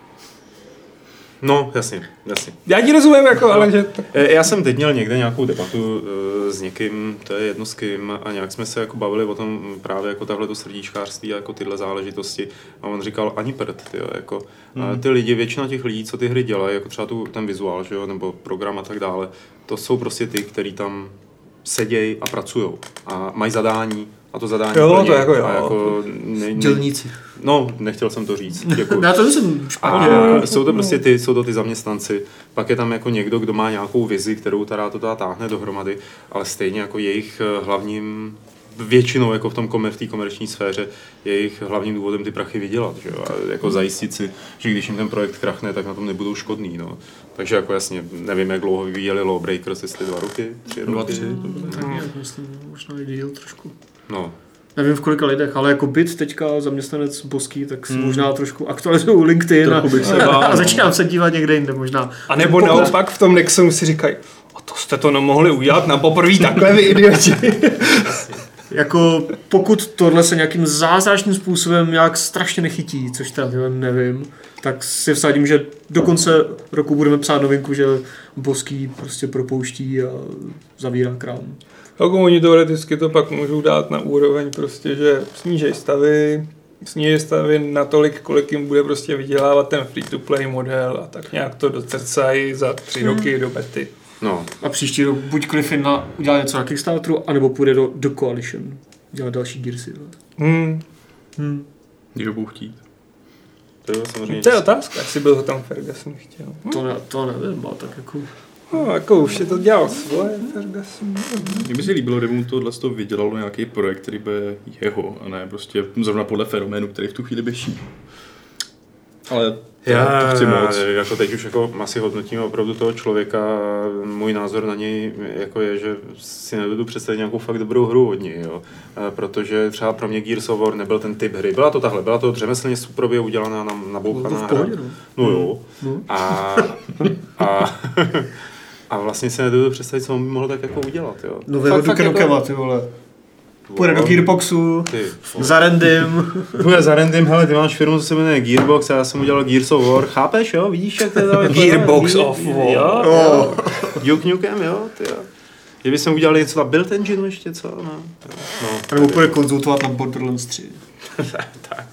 No, jasně. Já ti rozumím, jako, ale že... Já jsem teď měl někde nějakou debatu s někým, to je jedno s kým, a nějak jsme se jako bavili o tom právě jako tahleto srdíčkářství a jako tyhle záležitosti. A on říkal, ani prd, tyjo, jako ty lidi, většina těch lidí, co ty hry dělají, jako třeba ten vizuál, že jo, nebo program a tak dále, to jsou prostě ty, kteří tam sedějí a pracujou a mají zadání. A to zadání jo, to jako, dělníci. No, nechtěl jsem to říct. Děkuji. Já to myslím špatně. Jsou to prostě jsou to ty zaměstnanci. Pak je tam jako někdo, kdo má nějakou vizi, kterou teda to táhne dohromady, ale stejně jako jejich hlavním většinou jako v té komerční sféře jejich hlavním důvodem ty prachy vydělat, že jo? A jako zajistit si, že když jim ten projekt krachne, tak na tom nebudou škodný, no. Takže jako jasně, nevím, jak dlouho vyvíjeli Lawbreakers, jestli 2 roky, 3 roky. 2-3, myslím, možná i díl trošku. No. Nevím v kolika lidech, ale jako byt teďka zaměstnanec Boský, tak si možná trošku aktualizuju LinkedIn a začínám se dívat někde jinde možná. A nebo naopak v tom Nexonu si říkají, a to jste to nemohli udělat na poprvé takhle, vy idioti. Jako pokud tohle se nějakým zázračným způsobem nějak strašně nechytí, což teda nevím, tak si vsadím, že do konce roku budeme psát novinku, že Boský prostě propouští a zavírá krám. Jako oni teoreticky to pak můžou dát na úroveň prostě, že snížej stavy natolik, kolik jim bude prostě vydělávat ten free-to-play model a tak nějak to dotrcají za 3 roky do bety. No. A příští rok buď Cliffin udělá něco na Kickstarteru, anebo půjde do The Coalition. Dělat další Gearsy. Když ho budou chtít. To je samozřejmě. To je otázka, jestli byl ho tam Ferguson chtěl. To nevím, ale tak jako... No, jako už je to dělal svoje, Ferguson. Mně by se líbilo, kdyby mu tohle vydělalo nějaký projekt, který by jeho, a ne prostě zrovna podle fenoménu, který v tu chvíli běží. Ale já to chci moc. Jako teď už jako asi hodnotíme opravdu toho člověka. Můj názor na něj jako je, že si nedovedu představit nějakou fakt dobrou hru od něj, jo. Protože třeba pro mě Gears of War nebyl ten typ hry. Byla to řemeslně suprově udělaná, nabouchaná hra. No jo. A vlastně si nedovedu představit, co on by mohl tak jako udělat, jo. Nového Duke Nukema, ty vole. Půjde do Gearboxu, za random. Půjde za random, hele, ty máš firmu, co se jmenuje Gearbox a já jsem udělal Gears of War, chápeš, jo? Vidíš, jak to je to? Gearbox of War. Jo. Duke Nukem, jo, ty jo. Kdyby jsme udělali něco na build engine ještě, co? No. A nebo půjde konzultovat na Borderlands 3. Tak.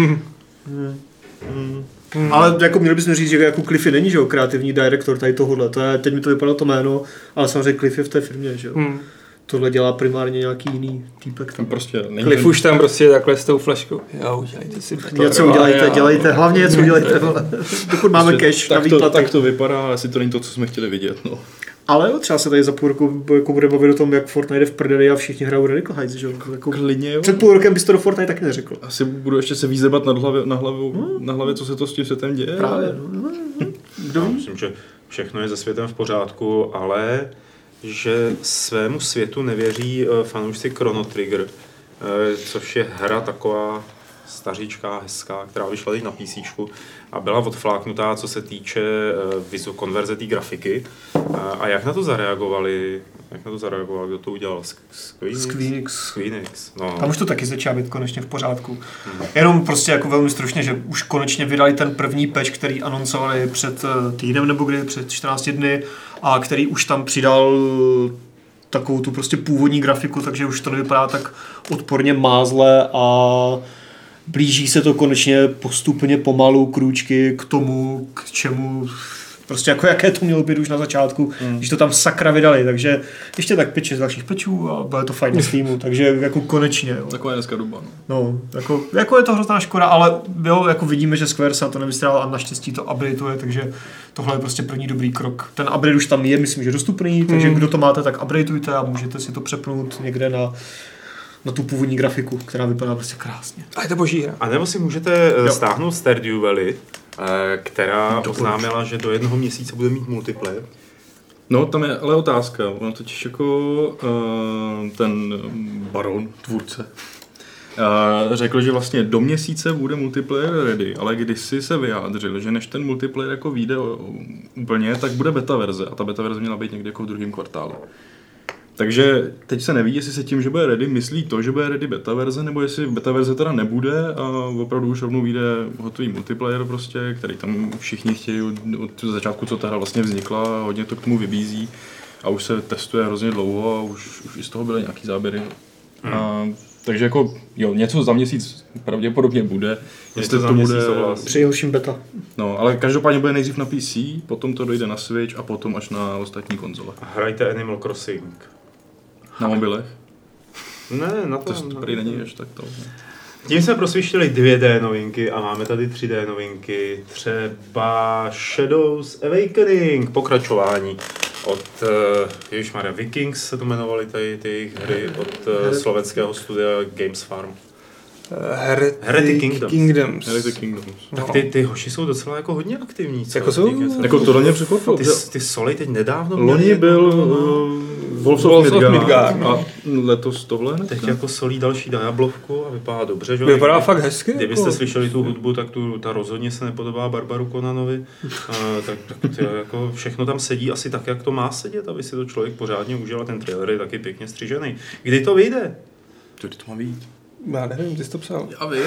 Ale jako měli bychom říct, že jako Cliffy není, že jo, kreativní director tady tohohle. To je, teď mi to vypadalo to jméno, ale samozřejmě Cliffy v té firmě, že jo. Tohle dělá primárně nějaký jiný týpek. Tam prostě není. Cliff už tam prostě takhle s tou flaškou. Jo, udělejte si beton. Něco dělejte, hlavně něco udělejte, dokud máme cash na výplaty. Tak to vypadá, ale asi to není to, co jsme chtěli vidět, no. Ale jo, třeba se tady za půl roku jako bude bavit o tom, jak Fortnite jde v prdeli a všichni hrajou Radical Heights, že jo? Jako klidně, jo. Před půl rokem bys to do Fortnite taky neřekl. Asi budu ještě se výzebat na hlavě, co se to s tím světem děje. Právě, no. Myslím, že všechno je se světem v pořádku, ale že svému světu nevěří fanoušci Chrono Trigger, což je hra taková staříčká, hezká, která vyšla teď na PCčku a byla odfláknutá, co se týče konverze té grafiky. A jak na to zareagovali? Kdo to udělal? Squeenix. No. Tam už to taky začíná být konečně v pořádku. Jenom prostě jako velmi stručně, že už konečně vydali ten první patch, který anoncovali před týdnem nebo kdy, před 14 dny a který už tam přidal takovou tu prostě původní grafiku, takže už to nevypadá tak odporně mázle a blíží se to konečně postupně pomalu krůčky k tomu, k čemu prostě jako jaké to mělo být už na začátku, když to tam sakra vydali, takže ještě tak 5-6 dalších pečů a bude to fajn na Steamu, takže jako konečně. Jo. Taková je dneska doba. No, jako je to hrozná škoda, ale jo, jako vidíme, že Square se na to nevystřelal a naštěstí to updateuje, takže tohle je prostě první dobrý krok. Ten update už tam je, myslím, že dostupný, takže kdo to máte, tak updateujte a můžete si to přepnout někde na tu původní grafiku, která vypadá prostě krásně. A je to boží hra. A nebo si můžete stáhnout Stardew Valley, která oznámila, že do 1 měsíce bude mít multiplayer. No, tam je ale otázka. Ono totiž jako ten baron, tvůrce, řekl, že vlastně do měsíce bude multiplayer ready, ale kdysi se vyjádřil, že než ten multiplayer jako vyjde úplně, tak bude beta verze a ta beta verze měla být někdy jako v 2. kvartálu. Takže teď se neví, jestli se tím, že bude ready, myslí to, že bude ready beta verze, nebo jestli beta verze teda nebude a opravdu už rovnou vyjde hotový multiplayer prostě, který tam všichni chtějí od začátku, co ta hra vlastně vznikla, hodně to k tomu vybízí a už se testuje hrozně dlouho a už i z toho byly nějaký záběry. Takže jako jo, něco za měsíc pravděpodobně bude. Jestli to bude přijhorším beta. No, ale každopádně bude nejdřív na PC, potom to dojde na Switch a potom až na ostatní konzole. Hrajte Animal Crossing. Na mobilech? Ne, na to. To prý není až tak to. Tím jsme prosvištili 2D novinky a máme tady 3D novinky. Třeba Shadows Awakening, pokračování od ježišmarja, Vikings se to jmenovali tady ty jejich hry od slovenského studia Games Farm. Heretic Kingdoms. No. Tak ty hoši jsou docela jako hodně aktivní. Jako jsou? Jako to mě překvapilo. Ty Soli teď nedávno loni byl Wolves of Midgard a letos tohle. Teď jako solí další Diablovku a vypadá dobře. Že? Vypadá fakt hezky. Kdybyste slyšeli tu hudbu, tak ta rozhodně se nepodobá Barbaru Conanovi. tak jako všechno tam sedí asi tak, jak to má sedět, aby si to člověk pořádně užil. Ten trailer je taky pěkně střižený. Kdy to vyjde? Kdy to má vyjít? Já nevím, ty jsi to psal. Já vím.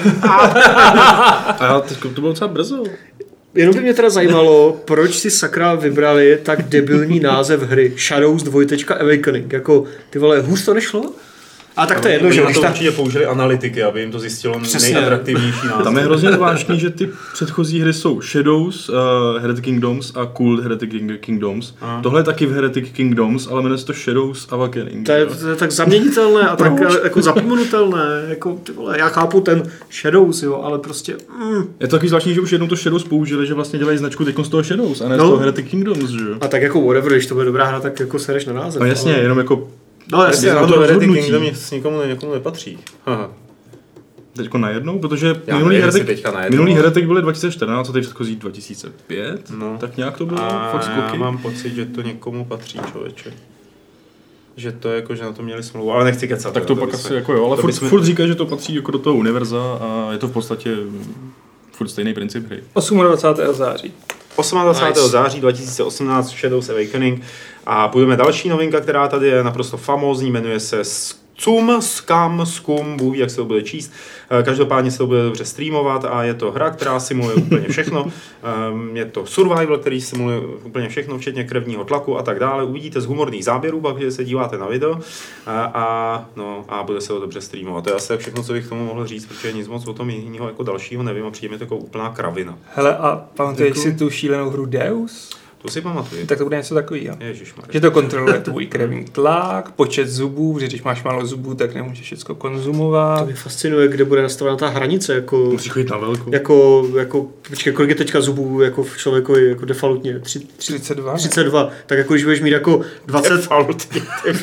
A teď to bylo docela brzo. Jenom by mě teda zajímalo, proč si sakra vybrali tak debilní název hry Shadows 2. Awakening. Jako, ty vole, hůř to nešlo? A tak to je jedno, že když určitě použili analytiky, aby jim to zjistilo nejatraktivnější název. Tam je hrozně zvláštní, že ty předchozí hry jsou Shadows, Heretic Kingdoms a Cool Heretic Kingdoms. Tohle je taky v Heretic Kingdoms, ale jmenuje se to Shadows Awakening. To je tak zaměnitelné a tak jako zapomenutelné. Jako, ty vole, já chápu ten Shadows, jo, ale prostě... Je to takový zvláštní, že už jednou to Shadows použili, že vlastně dělají značku teď z toho Shadows a ne z toho Heretic Kingdoms, že jo? A tak jako whatever, když to bude dobrá hra, tak jako sereš na název. No jasně, jenom jako... No jasně, na to Heretic Kingdom někomu nepatří. Aha. Teďko najednou, protože minulý Heretic byly 2014 a teď předchozí 2005, tak nějak to bylo fakt skoky. Já mám pocit, že to někomu patří, člověče. Že to je jako, že na to měli smlouvu, ale nechci kecat. Tak to pak asi jako jo, ale furt říká, že to patří jako do toho univerza a je to v podstatě furt stejný princip hry. 28. září. 28. září 2018 Shadows Awakening a půjdeme další novinka, která tady je naprosto famózní, jmenuje se Scum, Bůh ví, jak se to bude číst. Každopádně se to bude dobře streamovat a je to hra, která simuluje úplně všechno. Je to survival, který simuluje úplně všechno, včetně krevního tlaku a tak dále. Uvidíte z humorných záběrů, pak když se díváte na video a bude se to dobře streamovat. To je asi všechno, co bych k tomu mohl říct, protože nic moc o tom jiného jako dalšího nevím a přijde mi to jako úplná kravina. Hele, a pamatuješ si tu šílenou hru Deus? To si pamatuju. Tak to bude něco takového. Že to kontroluje tvůj krevní tlak, počet zubů, že když máš málo zubů, tak nemůžeš všechno konzumovat. To mě fascinuje, kde bude nastavena ta hranice. Jako, musí chodit na velkou. Počkej, kolik je teďka zubů jako v člověku jako defaultně? 32. 32. Tak jako, když budeš mít jako 20... Defaultně.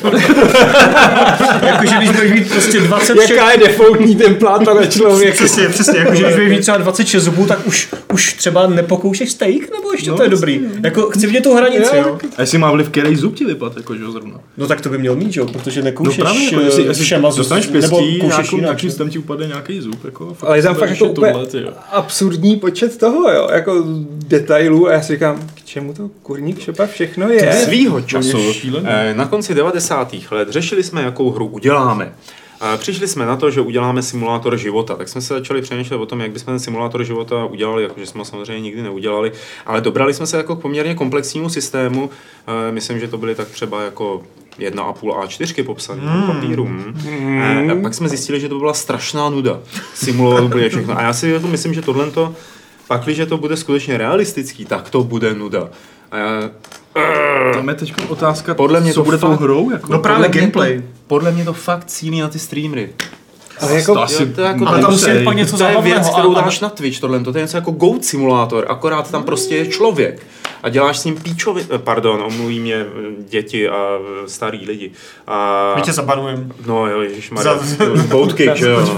Jako, že když budeš mít prostě 26... Jaká je defaultní templáta na člověk? Přesně. Jako, že když budeš mít třeba 26 zubů, tak už třeba nepokoušeš steak, nebo ještě to je dobrý. Jako, chci vidět tu hranici, jo. A jestli má vliv, který zub ti vypad, jakože zrovna. No tak to by měl mít, jo, protože nekoušeš jako, všema zub. Dostaneš pěstí, nějakým tam ti upadne nějaký zub, jako. Ale je tam fakt jako úplně absurdní počet toho, jo, jako detailů a já si říkám, k čemu to kurník šopa všechno je. Svýho času, na konci 90. let řešili jsme, jakou hru uděláme. Přišli jsme na to, že uděláme simulátor života, tak jsme se začali přemýšlet o tom, jak bychom ten simulátor života udělali, jakože jsme ho samozřejmě nikdy neudělali, ale dobrali jsme se jako k poměrně komplexnímu systému, myslím, že to byly tak třeba jako 1,5 A4 popsané na papíru. A pak jsme zjistili, že to byla strašná nuda, simulovat úplně všechno. A já si jako myslím, že tohleto, pakliže to bude skutečně realistický, tak to bude nuda. A já... Tam je teď otázka, podle mě co to bude tou hrou? Jako? No právě gameplay. Podle mě to fakt cílí na ty streamery. Ale jako, ale tam musí pak něco zábavného. To je věc, kterou dáš na Twitch, tohle. To je něco jako Goat Simulator, akorát tam prostě je člověk. A děláš s ním omluví mě děti a starý lidi. My tě zabanujem. No jo, ježišmarja. Votekick, že jo.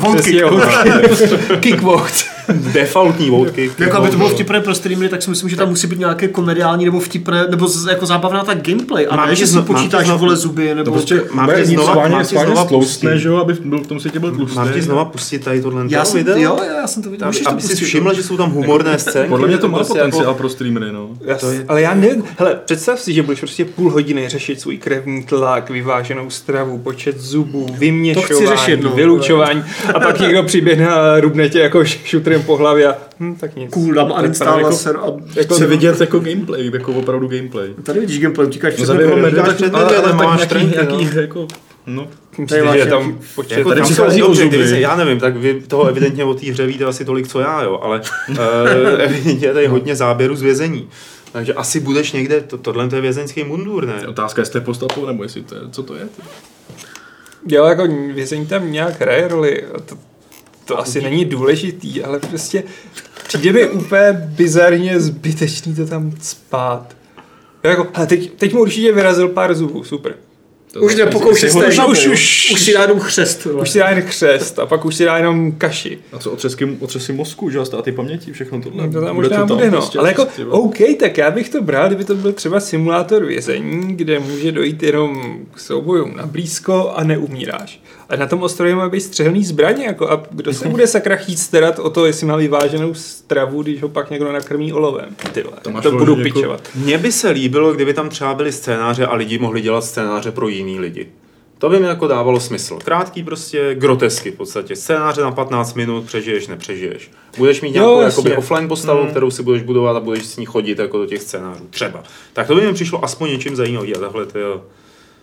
Kickvote. Defaultní votekick. Jako aby to bylo vtipné pro streamery, tak si myslím, že tam musí být nějaké komediální nebo vtipné, nebo jako zábavná ta gameplay. A ne, že si počítáš vole zuby, nebo... Mám ti znova tlustné, že jo, aby v tom světě byl tlustné. Mám ti znova pustit tady tohle video? Jo, já jsem to viděl. Aby si všiml, že jsou tam humorné scény. Podle mě to má potenciál pro streamery, no. Ale já nevím, hele, představ si, že budeš prostě půl hodiny řešit svůj krevní tlak, vyváženou stravu, počet zubů, vyměšování, vylučování a pak někdo přiběhne a rubne tě jako šutrem po hlavě a tak nic. Cool, dám uninstall laser a... Chce vidět jako gameplay, jako opravdu gameplay. Tady vidíš gameplay, utíkáš před nějaký jako... No, je tam počet, jako tady přichází o zuby. Já nevím, tak vy toho evidentně o té hře víte asi tolik, co já, jo, ale evidentně je tady hodně záběrů z vězení. Takže asi budeš někde, tohle je vězeňský mundur, ne? Otázka, jestli to je postatou, nebo jestli to je, co to je? Jo, jako vězení tam nějak hraje roli, to asi není důležitý, ale prostě přijde mi úplně bizarně zbytečný to tam spát. Jako, teď mu určitě vyrazil pár zubů, super. Už nepokoušej se, už si dá jenom chřest. Už si dá jen chřest a pak už si dá jenom kaši. A co otřesky mozku, že a ty paměti, všechno tohle. No to tam možná bude, no. Ale jako, OK, tak já bych to bral, kdyby to byl třeba simulátor vězení, kde může dojít jenom k soubojům na blízko a neumíráš. A na tom ostrově má být střelný zbraně, jako, a kdo se bude sakra chtít starat o to, jestli má vyváženou stravu, když ho pak někdo nakrmí olovem. Tyhle, to budu pičovat. Mně by se líbilo, kdyby tam třeba byly scénáře a lidi mohli dělat scénáře pro jiný lidi. To by mi jako dávalo smysl. Krátký prostě grotesky v podstatě. Scénáře na 15 minut, přežiješ, nepřežiješ. Budeš mít nějakou jakoby offline postavu, kterou si budeš budovat a budeš s ní chodit jako do těch scénářů. Třeba. Tak to by mi přišlo aspoň něčím zajímavý a takhle to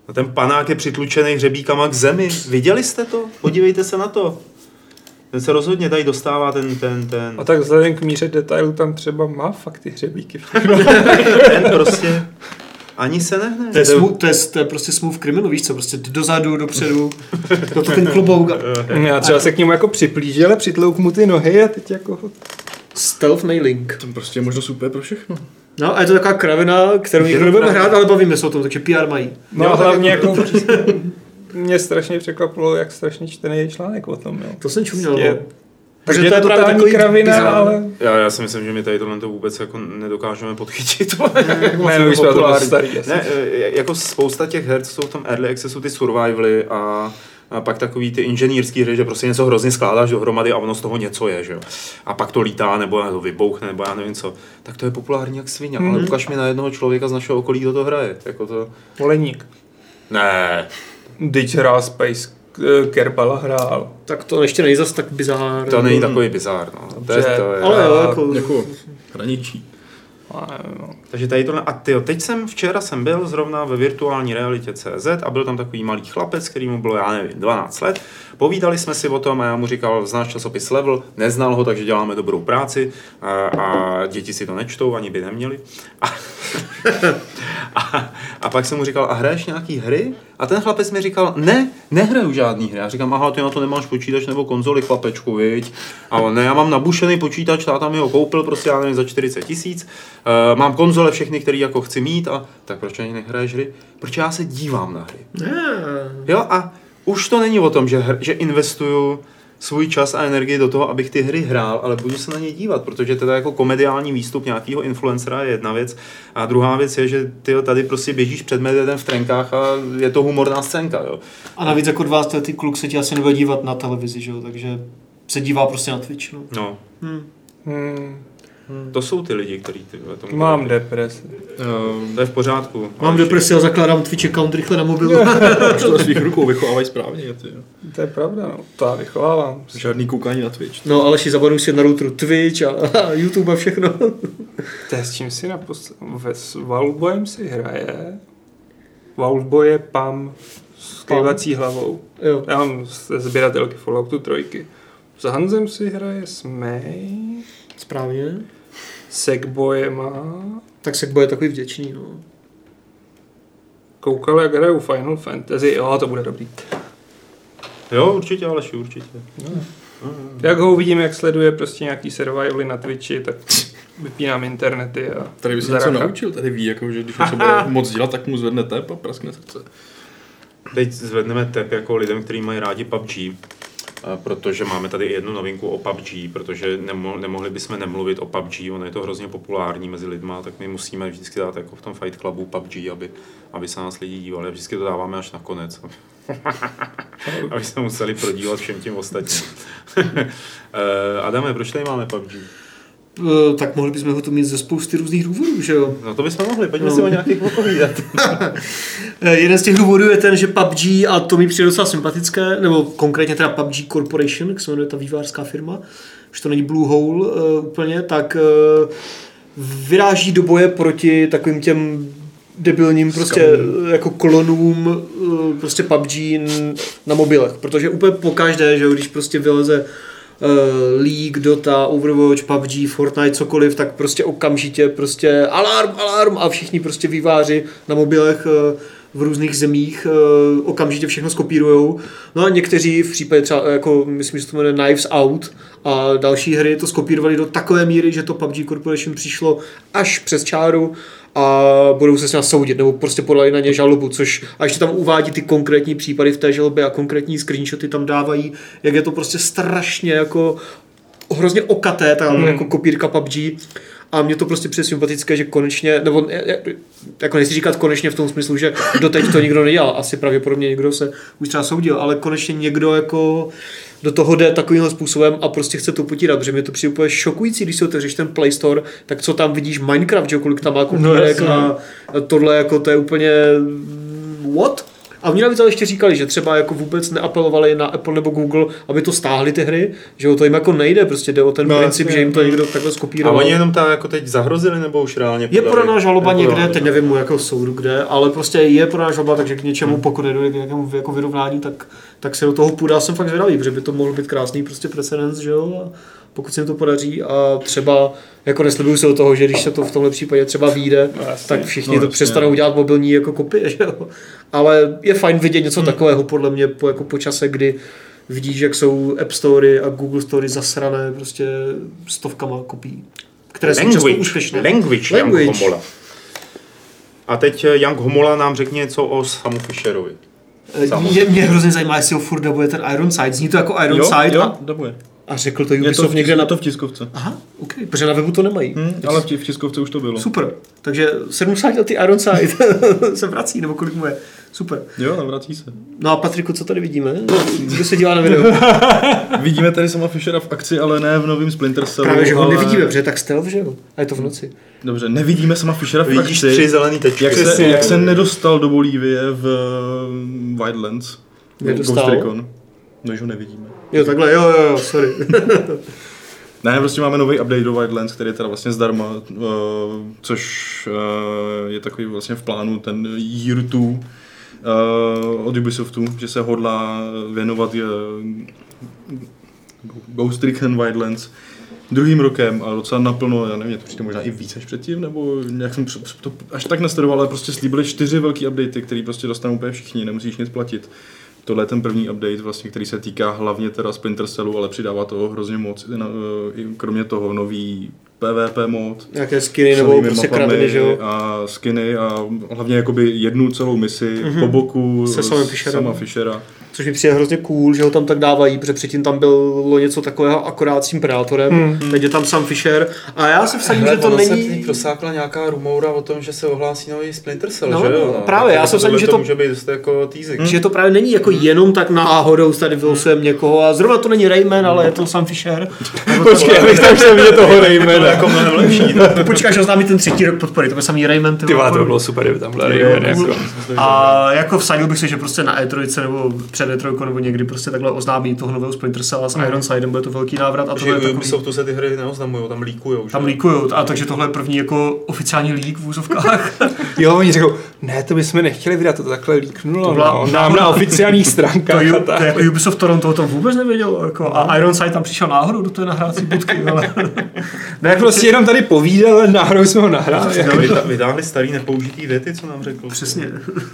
A ten panák je přitlučený hřebíkama k zemi. Viděli jste to? Podívejte se na to. Ten se rozhodně tady dostává ten. A tak vzhledem k míře detailu tam třeba má fakt ty hřebíky. Ten prostě ani se nehne. To je prostě smooth criminal, víš co, prostě dozadu, dopředu, to ten klobouk. Já třeba se k němu jako připlížil, ale přitlouk mu ty nohy a teď jako... Stealth mailing. To prostě je možnost úplně pro všechno. No a je to taková kravina, kterou nikdo nebudeme hrát, ale bavíme se o tom, takže PR mají. No a hlavně jako... Mě strašně překvapilo, jak strašně čtený je článek o tom, jo. To jsem čuměl. Takže to je právě takový kravina, ale... Já si myslím, že my tady tohle vůbec jako nedokážeme podchytit. Ne, už jsme to starý. Ne, jako spousta těch her, co jsou v tom early accessu, ty survivaly a pak takový ty inženýrský hry, že prostě něco hrozně skládáš dohromady a ono z toho něco je, že jo. A pak to lítá, nebo to vybouchne, nebo já nevím co. Tak to je populární jak svině, ale ukaž mi na jednoho člověka z našeho okolí, kdo to hraje. Jako to... Oleník. Ne. Teď hrál Space Kerbala hrál. Tak to ještě není zas tak bizár. To není takový bizár, no. To je, ale jo, jako hraničí. Takže tady tohle, a včera jsem byl zrovna ve virtuální realitě CZ a byl tam takový malý chlapec, který mu bylo, já nevím, 12 let. Povídali jsme si o tom a já mu říkal, znáš časopis Level, neznal ho, takže děláme dobrou práci a děti si to nečtou, ani by neměli. A pak jsem mu říkal, a hraješ nějaký hry? A ten chlapec mi říkal, nehraju žádný hry. Já říkám, aha, ty na to nemáš počítač nebo konzoli, chlapečku, viď? A on, ne, já mám nabušený počítač, táta mi ho koupil, prostě já nevím, za 40 000. Mám konzole všechny, které jako chci mít a tak proč ani nehraješ hry? Protože já se dívám na hry. Jo, a už to není o tom, že investuju svůj čas a energii do toho, abych ty hry hrál, ale budu se na ně dívat, protože teda jako komediální výstup nějakého influencera je jedna věc a druhá věc je, že ty tady prostě běžíš před medvědem v trenkách a je to humorná scénka, jo. A navíc jako 20letý kluk se ti asi nebude dívat na televizi, že jo, takže se dívá prostě na Twitch, no. To jsou ty lidi, kteří tomu... Mám depresi. To je v pořádku. Mám depresi a zakládám Twitch account rychle na mobilu. Už to svých rukou vychovávají správně. To je pravda, no. To já vychovávám. Žádný koukání na Twitch. No, ale si zabanuj si na routeru Twitch a YouTube a všechno. To je s čím si s Vaultboyem si hraje. Vaultboy je PAM s kejvací hlavou. Jo. Já mám sběratelky Falloutu 3. S Hanzem si hraje Smej. Správně. Sackboy má. Tak Sackboy je takový vděčný, no. Koukal, jak hraju Final Fantasy, jo, to bude dobrý. Jo, určitě, Aleši, určitě. Jak ho uvidím, jak sleduje prostě nějaký survivaly na Twitchi, tak vypínám internety a... Tady by se něco naučil, tady ví, jako, že když něco bude moc dělat, tak mu zvedne tep a praskne srdce. Teď zvedneme tep jako lidem, kteří mají rádi PUBG. Protože máme tady jednu novinku o PUBG, protože nemohli bychom nemluvit o PUBG, ono je to hrozně populární mezi lidma, tak my musíme vždycky dát jako v tom Fight Clubu PUBG, aby se nás lidi dívali a vždycky to dáváme až na konec, aby se museli prodívat všem tím ostatním. Adame, proč tady máme PUBG? Tak mohli bychom ho tu mít ze spousty různých důvodů, že jo? No to bychom mohli, pojďme si o nějakých popovídat. Jeden z těch důvodů je ten, že PUBG, a to mi přijde docela sympatické, nebo konkrétně teda PUBG Corporation, jak se jmenuje ta vývojářská firma, už to není Blue Hole úplně, tak vyráží do boje proti takovým těm debilním prostě jako klonům prostě PUBG na mobilech, protože úplně pokaždé, že když prostě vyleze League, Dota, Overwatch, PUBG, Fortnite, cokoliv, tak prostě okamžitě prostě alarm a všichni prostě výváři na mobilech v různých zemích okamžitě všechno skopírujou. No a někteří v případě třeba, jako myslím, že to jmenuje Knives Out a další hry to skopírovali do takové míry, že to PUBG Corporation přišlo až přes čáru a budou se s ním soudit, nebo prostě podali na ně žalobu, což a ještě tam uvádí ty konkrétní případy v té žalobě a konkrétní screenshoty tam dávají, jak je to prostě strašně jako hrozně okaté, ta jako kopírka PUBG. A mě to prostě přijde sympatické, že konečně, nebo jako nechci říkat konečně v tom smyslu, že doteď to nikdo nedělal, asi pravděpodobně někdo se už třeba soudil, ale konečně někdo jako do toho jde takovýmhle způsobem a prostě chce to potírat, protože mě to přijde úplně šokující, když si otevřeš ten Play Store, tak co tam vidíš Minecraft, že kolik tam má kopírek a tohle jako to je úplně what? A oni navíc ještě říkali, že třeba jako vůbec neapelovali na Apple nebo Google, aby to stáhli ty hry, že to jim jako nejde, prostě jde o ten princip, že jim to někdo takhle skopíroval. A oni jenom tak jako teď zahrozili nebo už reálně podali? Je podaná žaloba někde, teď nevím jako soudu kde, ale prostě je podaná žaloba, takže k něčemu, pokud nedojde k nějakému jako vyrovnání, tak se do toho půjde. Jsem fakt zvědavý, protože by to mohl být krásný prostě precedens, že jo? A pokud se jim to podaří a třeba jako neslibuju se do toho, že když se to v tomhle případě třeba vyjde, tak všichni to přestanou dělat mobilní jako kopie, že jo? Ale je fajn vidět něco takového podle mě po čase, kdy vidíš, jak jsou App Story a Google Story zasrané prostě stovkama kopií, které jsou často úspěšné. Language. Young Homola. A teď Young Homola nám řekne něco o Samu Fisherovi. Mě hrozně zajímá, jestli ho furt dabuje ten Ironside. Zní to jako Ironside? Jo, dabuje. A řekl to Ubisoft někde na to v tiskovce. Aha, ok, protože na webu to nemají. Ale v tiskovce už to bylo. Super, takže 70 Ironside se vrací, nebo kolik mu je. Super. Jo, vrací se. No a Patriku, co tady vidíme? Kdo se dívá na video? Vidíme tady Sama Fishera v akci, ale ne v novém Splinter Cellu. Právě, že ho nevidíme, protože je tak stealth, že jo? A je to v noci. Dobře, nevidíme Sama Fishera v akci. Vidíš 3 zelený tečky. Jak se nedostal do Bolívie v Wildlands. Nedostal? No, že ho nevidíme. Jo, takhle, jo, sorry. Ne, prostě máme nový update do Wildlands, který je teda vlastně zdarma, což je takový vlastně v plánu ten Year 2 od Ubisoftu, že se hodlá věnovat Ghost Recon Wildlands druhým rokem a docela naplno, já nevím, to možná i víc než předtím, nebo jak jsem to až tak nastaroval, ale prostě slíbili 4 velký updaty, který prostě dostanou úplně všichni, nemusíš nic platit. Tohle je ten první update, vlastně, který se týká hlavně teda Splinter Cellu, ale přidává toho hrozně moc. Kromě toho nový PvP mod. Nějaké skiny nebo prostě kradeny, že jo? A skiny a hlavně jakoby jednu celou misi po boku se Sama Fishera. Což mi přijde hrozně cool, že ho tam tak dávají, protože předtím tam bylo něco takového akorát s tím Predátorem, teď je tam Sam Fisher a já se vsadím, že to není... Se prosákla nějaká rumoura o tom, že se ohlásí nový Splinter Cell, že jo? No, právě, já se vsadím, že to může být dost jako teasing. Že to právě není jako jenom tak náhodou tady vylosujeme někoho a zrovna to není Rayman, ale je to Sam Fisher. Počkej, abych tam šel vidět toho Raymana. Jako mnohem lepší. Počkáš, že oznámí ten 3. rok podpory, to byl samý Rayman. Ty to bylo super, kdyby tam byl Rayman. Jako. A jako vsadil bych si, že prostě na E3 nebo před E3 nebo někdy prostě takhle oznámí toho nového Splinter Cell s Ironsidem, bude to velký návrat. A tohle je takový... Ubisoftu se ty hry neoznamujou, tam líkujou. Tam líkujou, a takže tohle je první jako oficiální lík v úzovkách. Jo, oni řekou, ne, to bychom nechtěli vydat, to takhle líknulo nám na oficiálních stránkách. To jako Ubisoft Toronto to vůbec nevědělo, jako, a Ironside tam přišel náhodou do té nahrácí budky. Ne, prostě jenom tady povídal, ale náhodou jsme ho nahráli. Vytáhli starý nepoužitý věty, co nám řekl. Přesně.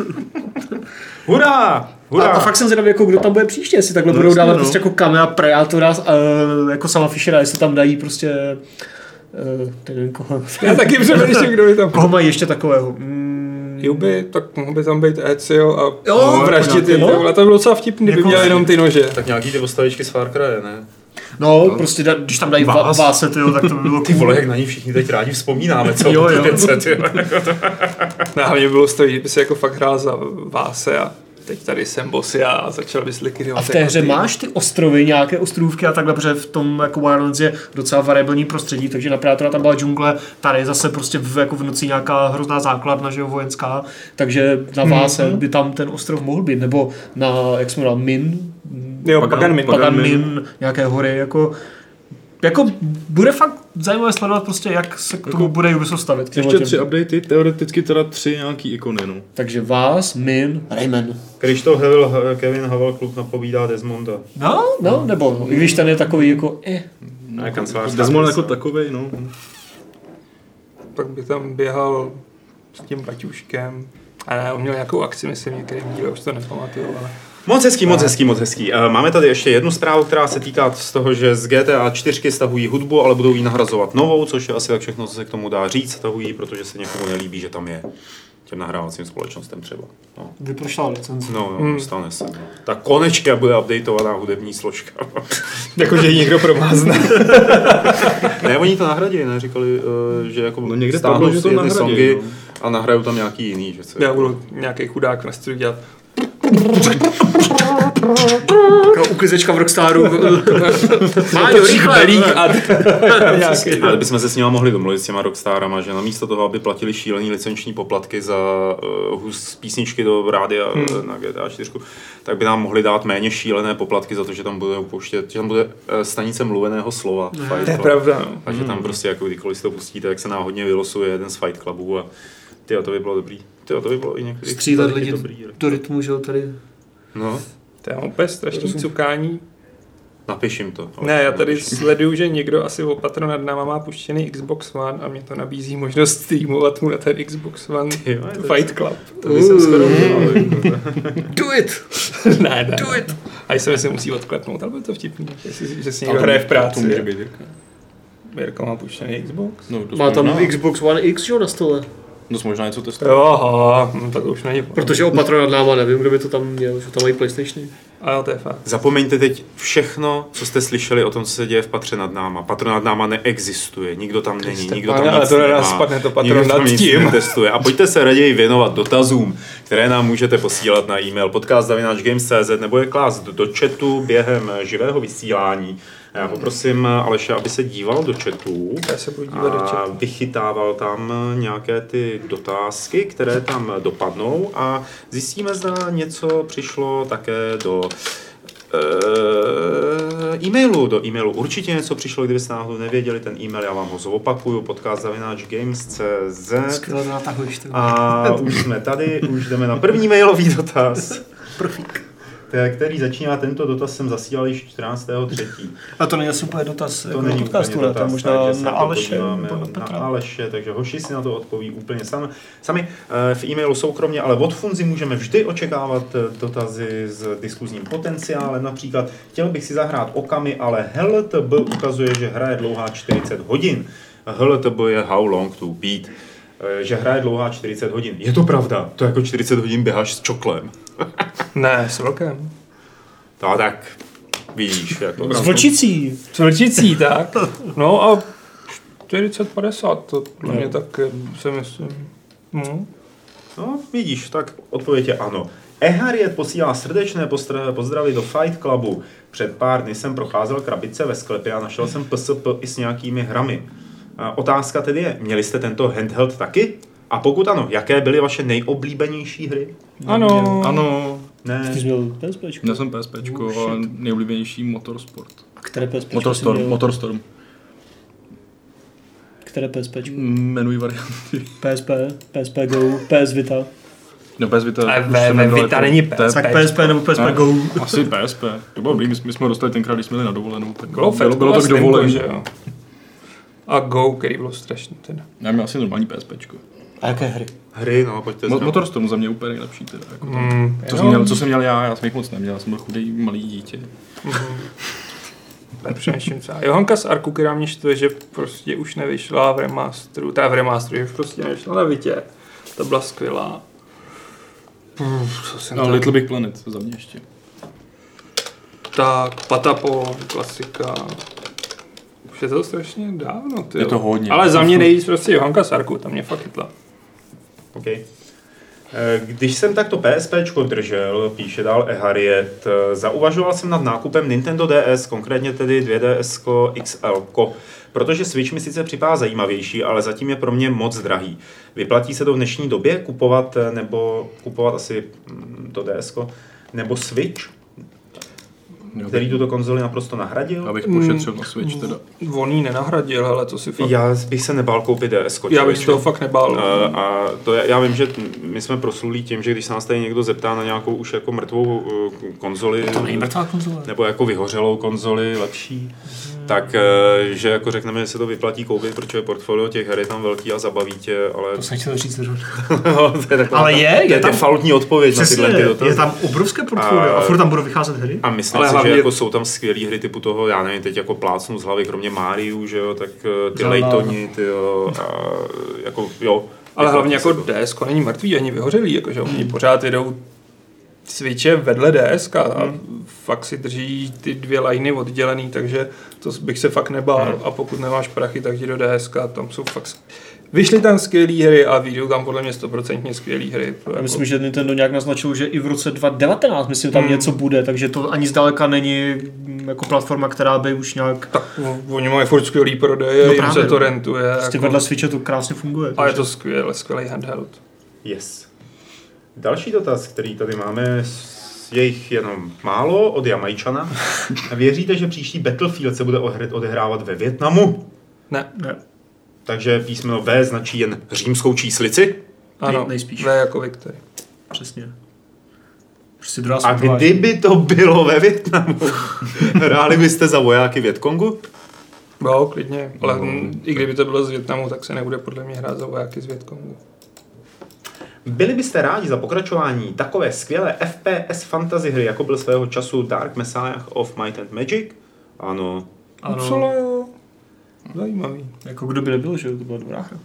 Hurá! A fakt jsem zvědavý, jako kdo tam bude příště, jestli takhle budou dávat prostě jako kamera Predátora, jako Sama Fishera, jestli tam dají prostě nevím koho. Já taky přemýšlím, kdo by tam. Koho mají ještě takového? Juby, tak mohl by tam být Ezio a vraždit je. To bylo docela vtipný, kdyby měl jenom ty nože. Tak nějaký ty postavičky z Far Cry, ne? No, prostě když tam dají Váse, tak to by bylo ty vole, jak na ní všichni teď rádi vzpomínáme, co? Jo. 500, jo. Hlavně bylo stojí, že by se jako fakt hrál za Váse a teď tady jsem bossy a začal bys likvidovat. A v té hře máš ty ostrovy, nějaké ostrůvky a takhle, protože v tom jako Wildlands je docela variabilní prostředí, takže na Predátora tam byla džungle, tady je zase prostě v noci nějaká hrozná základna, že jo, vojenská, takže na Váse by tam ten ostrov mohl být, nebo na, jak jsme dal, Pagan Min, nějaké hory, jako bude fakt zajímavé sledovat prostě, jak se k tomu bude Ubisoft stavit. Ještě 3 updaty, teoreticky teda 3 nějaký ikony, no. Takže Vás, Min, Rayman. Když to Kevin Havel klub napovídá Desmonda. No, nebo i když ten je takový jako Desmond jako takovej, no. Pak by tam běhal s tím baťuškem. A ne, on měl nějakou akci, myslím, některým díle, už to nepamatuju, ale... Moc hezký. Máme tady ještě jednu zprávu, která se týká z toho, že z GTA 4 stahují hudbu, ale budou ji nahrazovat novou, což je asi tak všechno, co se k tomu dá říct. Stahují, protože se někomu nelíbí, že tam je těm nahrávacím společnostem třeba. No. Vypršla licence. No, stane se. Tak konečně bude updateovaná hudební složka. Jakože ji někdo promázne. Ne, oni to nahradili, ne? Říkali, že jako někde stáhnou jedny songy a nahrajou tam nějaký jiný. Že já budu nějaký chudák na studiu dělat Uklizečka v Rockstaru. Máňo, rychle! Ale bychom se s nimi mohli domluvit s těma Rockstarama, že namísto toho, aby platili šílený licenční poplatky za písničky do rádia na GTA 4, tak by nám mohli dát méně šílené poplatky za to, že tam bude upouštět, že tam bude stanice mluveného slova. To je pravda. No. A že tam prostě jako kdykoliv si to pustíte, jak se náhodně vylosuje jeden z Fight Clubů a to by bylo dobrý. To by bylo i někdy střílet lidi do rytmu, že jo, tady. No. To je úplně strašný cukání. Napiš jim to. Ne, já tady sleduju, že někdo asi opatro nad náma má puštěný Xbox One a mě to nabízí možnost streamovat mu na ten Xbox One Fight Club. To by jsem skoro udělal. Do it! Ne. Do it! A jestli se musí odklepnout, ale bude to vtipný, že si někdo hraje v práci. Jirka má puštěný Xbox? No, má tam Xbox One X, že na stole? Dost možná něco testuje. Aha, tak už není. Protože opatro nad náma nevím, kdo by to tam měl, že tam mají PlayStationy. A jo, to je fakt. Zapomeňte teď všechno, co jste slyšeli o tom, co se děje v patře nad náma. Patro nad náma neexistuje, nikdo tam není, nikdo tam nic nemá, nikdo tam nic netestuje. A pojďte se raději věnovat dotazům, které nám můžete posílat na e-mail podcast@games.cz nebo je klást do chatu během živého vysílání. Já poprosím Aleše, aby se díval do chatu a vychytával tam nějaké ty dotázky, které tam dopadnou a zjistíme, zda něco přišlo také do e-mailu. Do e-mailu určitě něco přišlo, kdybyste náhodou nevěděli ten e-mail, já vám ho zopakuju, podcast@games.cz. A už jsme tady, už jdeme na první mailový dotaz. Profík. Který začíná, tento dotaz jsem zasílal již 14.3. A to není asi úplně dotaz to není podcastu, dotaz, to možná na Aleše. Na Aleše, takže hoši si na to odpoví úplně sami. V e-mailu soukromě, ale od Funzy můžeme vždy očekávat dotazy s diskuzním potenciálem. Například, chtěl bych si zahrát Okami, ale HLTB ukazuje, že hra je dlouhá 40 hodin. HLTB je How Long to Beat. Že hra je dlouhá 40 hodin. Je to pravda? To jako 40 hodin běháš s čoklem. Ne, s vlkem. No tak, vidíš. Jako s vlčicí. S vlčicí, tak. No a 40-50, to dla mě tak se myslím. No, vidíš, tak odpověď je ano. Ehariet posílá srdečné pozdravy do Fight Clubu. Před pár dny jsem procházel krabice ve sklepě a našel jsem PSP i s nějakými hrami. Otázka tedy je, měli jste tento handheld taky? A pokud ano, jaké byly vaše nejoblíbenější hry? Ano. Ne. Ty jsi měl PSPčko? Já jsem PSPčko, ale nejoblíbenější Motorsport. A které PSPčko Motorstorm. Které PSPčko? Jmenují varianty. PSP Go, PS Vita. No PS Vita. Vita není PSP. Tak PSP nebo PSP Go. Asi PSP. To bylo dobrý, my jsme dostali tenkrát, když jsme jeli na dovolenou. Tak bylo to k dovolení. Že jo. A Go, který bylo strašný teda. Já měl asi normální PSPčko. A jaké hry? Hry, no, pojďte Motorstorm za mě úplně nejlepší teda. Jako co jsem měl já jsem jich moc neměl, já jsem byl chudý malý dítě. Přemýšlím se. Johanka z Arku, která mě štve, že prostě už nevyšla v remasteru, že už prostě nevyšla na Vitě. To byla skvělá. Little Big Planet za mě ještě. Tak, Patapon, klasika. Už je to strašně dávno, tyjo. Je to hodně. Ale za mě nejvíc prostě Johanka z Arku, tam mě fakt chytla. Okay. Když jsem takto PSPčko držel, píše dál Ehariet, zauvažoval jsem nad nákupem Nintendo DS, konkrétně tedy 2DS XL, protože Switch mi sice připadá zajímavější, ale zatím je pro mě moc drahý. Vyplatí se to v dnešní době kupovat asi to DS, nebo Switch? Který tuto konzoli naprosto nahradil. Abych pošetřil na Switch teda. On ji nenahradil, ale to si fakt... Já bych se nebál koupit DS. Já bych toho fakt nebál. A to já vím, že my jsme proslulí tím, že když se nás tady někdo zeptá na nějakou už jako mrtvou konzoli, to není mrtvá konzole. Nebo jako vyhořelou konzoli, lepší, tak že jako řekneme, že se to vyplatí koupit, protože portfolio těch her je tam velký a zabaví tě, ale... To jsem chtěl říct zrovna. Ale je tam defaultní odpověď na tyhle ty dotazy. Je tam obrovské portfolio a furt tam budou vycházet hry. A myslím si, že jako jsou tam skvělé hry typu toho, já nevím, teď jako plácnu z hlavy, kromě Mariu, že jo, tak ty Laytoni, ty jo, a jako jo. Ale hlavně jako DSko není mrtvý, ani vyhořelý, jakože oni pořád jedou Switche vedle DSK a fakt si drží ty dvě liney oddělený, takže to bych se fakt nebál a pokud nemáš prachy, tak jdi do DSK, tam jsou fakt vyšly tam skvělé hry a vyjdou tam podle mě 100% skvělé hry. Já myslím, že Nintendo nějak naznačil, že i v roce 2019 myslím tam něco bude, takže to ani zdaleka není jako platforma, která by už nějak... Tak oni mají furt skvělý prodeje, jim se to rentuje. Prostě vedle Switche to krásně funguje. A je to skvělý handheld. Yes. Další dotaz, který tady máme, je jich jenom málo, od Jamajčana. Věříte, že příští Battlefield se bude odehrávat ve Vietnamu? Ne. Takže písmeno V značí jen římskou číslici? Ano, nejspíš. V jako Victory. Přesně. Prostě druhá a kdyby to bylo ve Vietnamu, hráli byste za vojáky Vietkongu? Jo, klidně, ale i kdyby to bylo z Vietnamu, tak se nebude podle mě hrát za vojáky z Vietkongu. Byli byste rádi za pokračování takové skvělé FPS fantasy hry, jako byl svého času Dark Messiah of Might and Magic? Ano. Docela jo. Zajímavý. Jako kdo by nebyl, že to byla dobrá hra.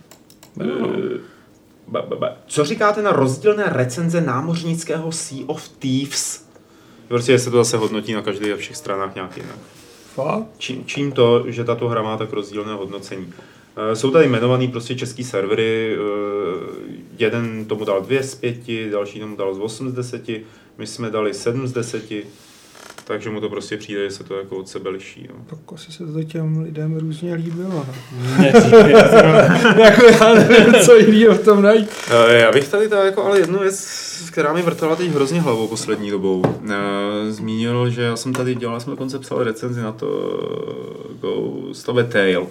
Co říkáte na rozdílné recenze námořnického Sea of Thieves? Prostě se to zase hodnotí na každé a všech stranách nějak jinak. Fakt? Čím to, že tato hra má tak rozdílné hodnocení? Jsou tady jmenovaný prostě český servery, jeden tomu dal 2 z 5, další tomu dal z 8 z 10, my jsme dali 7 z 10, takže mu to prostě přijde, že se to jako od sebe liší. No. Tak asi se to těm lidem různě líbilo. Jako já nevím, co jiného v tom najít. Já bych tady jako ale jednu věc, která mi vrtala teď hrozně hlavou poslední dobou. Zmínil, že já jsem tady dělal, jsem dokonce psal recenzi na to Ghost of a Tale.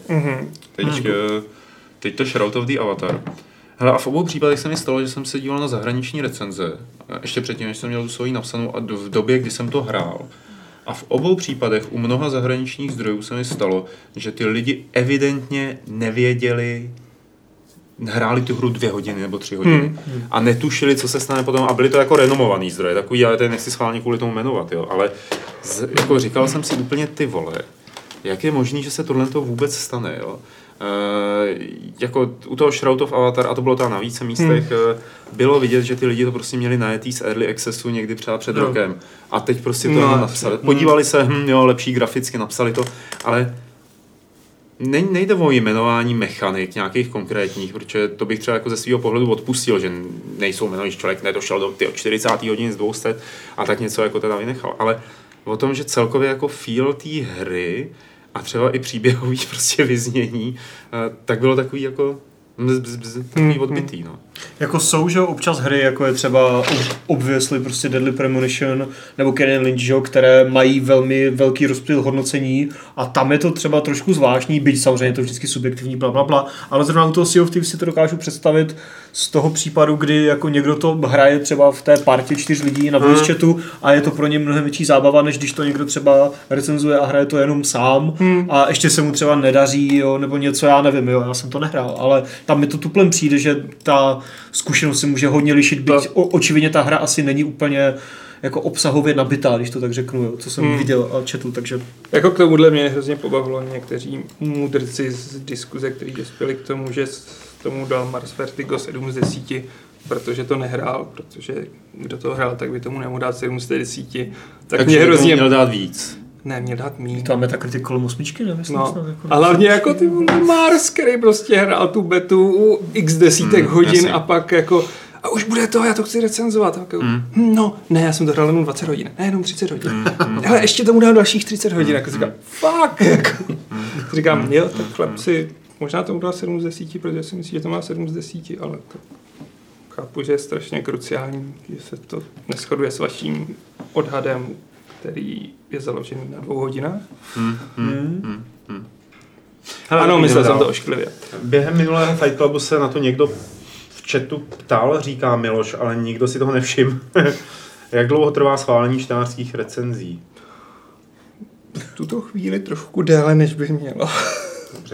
Teď to Shroud of the Avatar. Hele, a v obou případech se mi stalo, že jsem se díval na zahraniční recenze, ještě předtím, než jsem měl tu svoji napsanou a v době, kdy jsem to hrál. A v obou případech u mnoha zahraničních zdrojů se mi stalo, že ty lidi evidentně nevěděli, hráli tu hru 2 hodiny nebo 3 hodiny a netušili, co se stane potom a byli to jako renomovaný zdroje, takový, ale teď nechci schválně kvůli tomu jmenovat, jo, ale jako říkal jsem si úplně ty vole, jak je možný, že se tohle vůbec stane, jo. Jako u toho Shroud of Avatar, a to bylo tam na více místech, bylo vidět, že ty lidi to prostě měli najetý z Early Accessu někdy třeba před rokem a teď prostě to napsali. Podívali se, jo, lepší graficky, napsali to, ale nejde o jmenování mechanik nějakých konkrétních, protože to bych třeba jako ze svého pohledu odpustil, že nejsou jmenovaní, že člověk nedošel do 40. hodiny z 200 a tak něco jako teda vynechal, ale o tom, že celkově jako feel té hry a třeba i příběhový prostě vyznění, tak bylo takový jako takový odbytý, no. Jako jsou, že občas hry, jako je třeba obviously prostě Deadly Premonition nebo Canyon Lynch, že, které mají velmi velký rozptyl hodnocení a tam je to třeba trošku zvláštní, byť samozřejmě je to vždycky subjektivní blablabla, ale zrovna u toho Sea of Thieves si to dokážu představit z toho případu, kdy jako někdo to hraje třeba v té partě 4 lidí na voice chatu a je to pro ně mnohem větší zábava, než když to někdo třeba recenzuje a hraje to jenom sám a ještě se mu třeba nedaří, jo, nebo něco, já nevím, jo, já jsem to nehrál, ale tam mi to tuplem přijde, že ta zkušenost se může hodně lišit, byť očividně ta hra asi není úplně jako obsahově nabitá, když to tak řeknu, jo, co jsem viděl a četl, takže... Jako k tomuhle mě hrozně pobavilo někteří můdrci z diskuze, kteří dospěli k tomu, že tomu dal Mars Vertigo 7 z 10, protože to nehrál, protože kdo to hrál, tak by tomu nemohl dát 7 z 10. Tak mě hrozně... měl dát víc. Ne, měl dát míň. To máme takhle kolem 8, nemyslím. No. Jako a hlavně jako ty Mars, který prostě hrál tu betu u x desítek hodin jasně. A pak jako a už bude to, já to chci recenzovat. Jako, no, ne, já jsem to hrál jenom 20 hodin, ne, jenom 30 hodin. Ale ještě tomu dám dalších 30 hodin. Jako říkám, fuck! Jako. Říkám, jo, tak chlapci, možná tomu dal 7 z 10, protože si myslím, že to má 7 z 10, ale to chápu, že je strašně kruciální, že se to neshoduje s vaším odhadem, který je založený na 2 hodinách. Hele, ano, myslel jsem to ošklivě. Během minulého Fight Clubu se na to někdo v chatu ptal, říká Miloš, ale nikdo si toho nevšiml. Jak dlouho trvá schválení čtenářských recenzí? V tuto chvíli trošku déle, než by mělo. Dobře.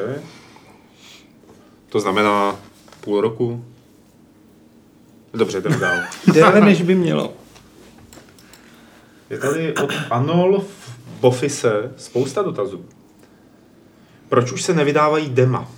To znamená půl roku? Dobře, jdeme dál. Déle, než by mělo. Je tady od Anol v Bofise spousta dotazů. Proč už se nevydávají dema?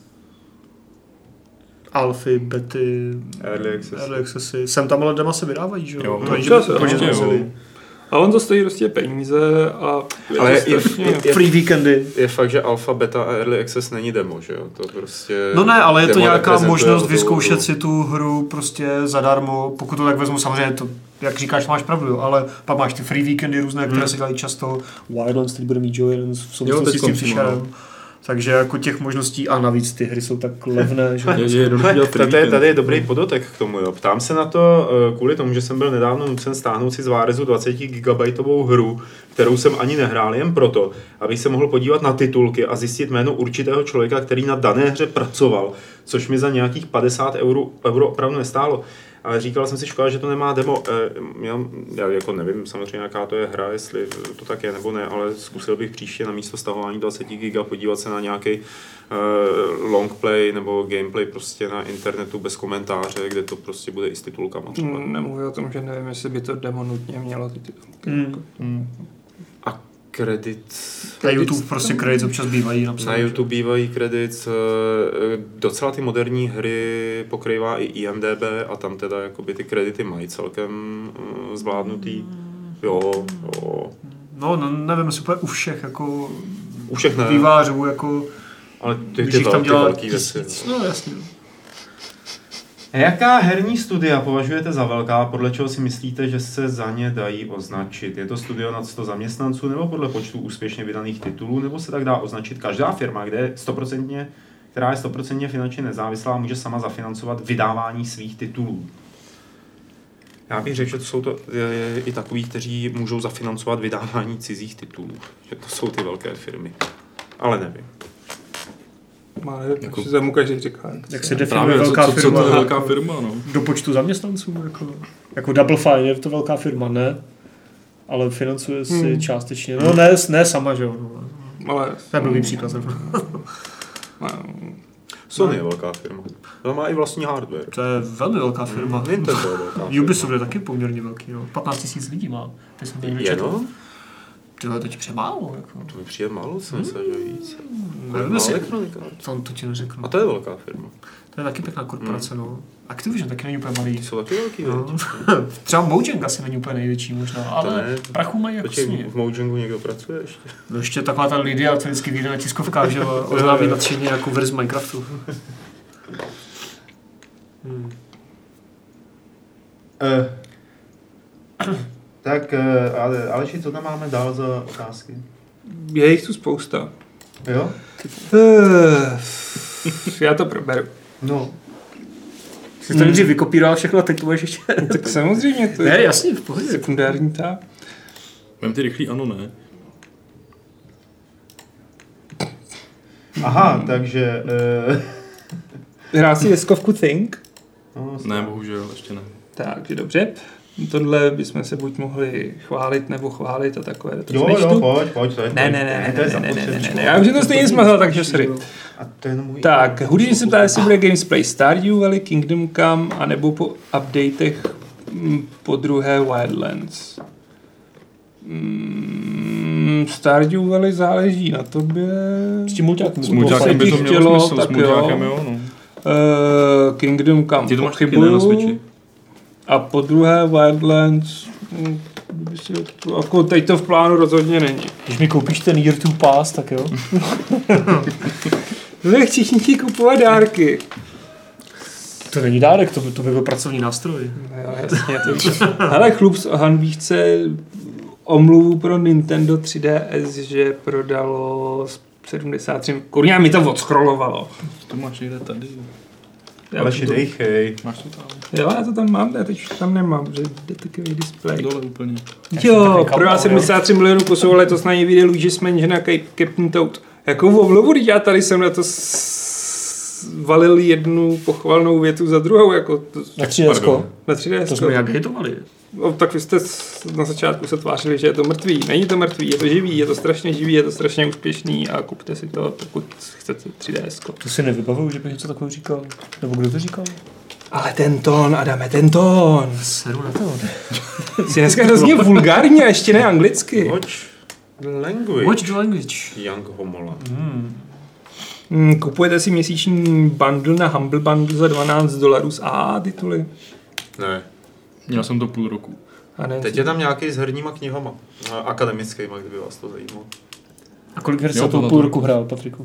Alfy, bety, Early accessy. Sem tam ale dema se vydávají, že jo? Jo, to je, že A on to stojí prostě peníze a... Ale je free víkendy. Je fakt, že alfa, beta a early access není demo, že jo? To prostě... No ne, ale je to nějaká možnost vyzkoušet si tu hru prostě zadarmo, pokud to tak vezmu, samozřejmě to, jak říkáš, máš pravdu, ale pak máš ty free víkendy různé, které se dělají často. Wildlands teď bude mít Joe jeden v souvislosti s tím Fisherem. Takže jako těch možností a navíc ty hry jsou tak levné, že... Tady je dobrý podotek k tomu, jo. Ptám se na to kvůli tomu, že jsem byl nedávno nucen stáhnout si z Várezu 20 GB hru, kterou jsem ani nehrál, jen proto, abych se mohl podívat na titulky a zjistit jméno určitého člověka, který na dané hře pracoval, což mi za nějakých 50 euro opravdu nestálo. Ale říkal jsem si, škoda, že to nemá demo. Já jako nevím samozřejmě, jaká to je hra, jestli to tak je nebo ne, ale zkusil bych příště na místo stahování 20 GB podívat se na nějaký long play nebo gameplay prostě na internetu bez komentáře, kde to prostě bude i s titulkama. Nemluvím o tom, že nevím, jestli by to demo nutně mělo ty titulky. A kredit... Na YouTube prostě kredit občas bývají napsané. Na YouTube bývají kredit. Docela ty moderní hry pokrývá i IMDb a tam teda jakoby ty kredity mají celkem zvládnutý. Jo. No, nevím, jestli úplně u všech, jako... U všech ne. Vývářů, jako... Ale ty velký věci. No, jasně. Jaká herní studia považujete za velká, podle čeho si myslíte, že se za ně dají označit? Je to studio nad 100 zaměstnanců nebo podle počtu úspěšně vydaných titulů, nebo se tak dá označit každá firma, která je 100% finančně nezávislá, může sama zafinancovat vydávání svých titulů? Já bych řekl, že to jsou i takoví, kteří můžou zafinancovat vydávání cizích titulů. Že to jsou ty velké firmy. Ale nevím. Jako, se mu každý říká. Jak se definuje velká firma? Co to je velká firma, no? Do počtu zaměstnanců? Jako Double Fine je to velká firma, ne? Ale financuje si částečně. No ne sama, že jo? Ale to je blbý příklad. Sony je velká firma. To má i vlastní hardware. To je velmi velká firma. Nintendo je velká firma. Ubisoft je taky poměrně velký. No. 15 000 lidí má. Jenom? Tyhle, to ti přemálo. Jako. To mi přijde málo, jsem myslel, že víc. Nevím, jestli to ti neřeknu. A to je velká firma. To je taky pěkná korporace, no. Activision taky není úplně malý. Ty jsou taky velký, no. Třeba Mojang asi není úplně největší možná, ale prachu mají jako sně. V Mojangu někdo pracuje ještě? No ještě taková ta Lydia, co vždycky vyjde na tiskovkách, že oznámí nadšení jako verzi Minecraftu. Tak, Aleši, co tam máme dál za otázky? Je jich tu spousta. Jo? Já to proberu. No. Jsi to nejdřív vykopíroval všechno a teď to budeš ještě... Tak samozřejmě to je jasně, v pohodě. Sekundární tak. Vem ty rychlý ano, ne? Aha, takže... Hrál si deskovku Think? No, ne, bohužel, ještě ne. Takže dobře. Tohle bychom se buď mohli chválit nebo chválit a takové. Jo, pojď. Ne. Já už to stejně smazal, takže sorry. Tak, Houdini se ptá, jestli bude Gamesplay Stardew Valley, Kingdom Come, anebo po updatech po druhé Wildlands. Stardew Valley záleží na tobě. S tím mulťákem. S mulťákem by to mělo smysl, s mulťákem jo, no. Kingdom Come ty to máš pochybuju. Na Switchi. A po druhé Wildlands, jako teď to v plánu rozhodně není. Když mi koupíš ten Year 2 Pass, tak jo. Nechci všichni kupovat dárky. To není dárek, to by byl pracovní nástroj. Jo, jasně. Hele, chlup z Hanbíchce omluvu pro Nintendo 3DS, že prodalo 73. Kurňa, mi to odschrollovalo. To máš někde tady. Aleši, dejchej. Máš to tam? Jo, já to tam mám, já teď tam nemám, že jde takový display. Dole úplně. Jo, prodá 73 milionů kusů, ale to snad vyjde Luigi's Mansion a Captain Toad. Jakou omluvu, já tady jsem na to valil jednu pochvalnou větu za druhou. Jako na 3DS. Na 3DS. To jsme jak hejtovali. No, tak vy jste na začátku se tvářili, že je to mrtvý. Není to mrtvý, je to živý, je to strašně živý, je to strašně úspěšný a kupte si to, pokud chcete 3DS. To si nevybavuju, že bych něco takového říkal. Nebo kdo to říkal? Ale ten tón, Adame, ten tón. Seru na to. Jsi dneska hrozně vulgárně a ještě ne anglicky. Watch the language. Young Homola. Kupujete si měsíční bundle na Humble Bundle za $12 z AA tituly? Ne. Měl jsem to půl roku. Teď je tam nějaký s herníma knihama, akademickýma, kdyby vás to zajímalo. A kolik her se toho půl roku hrál, Patriku?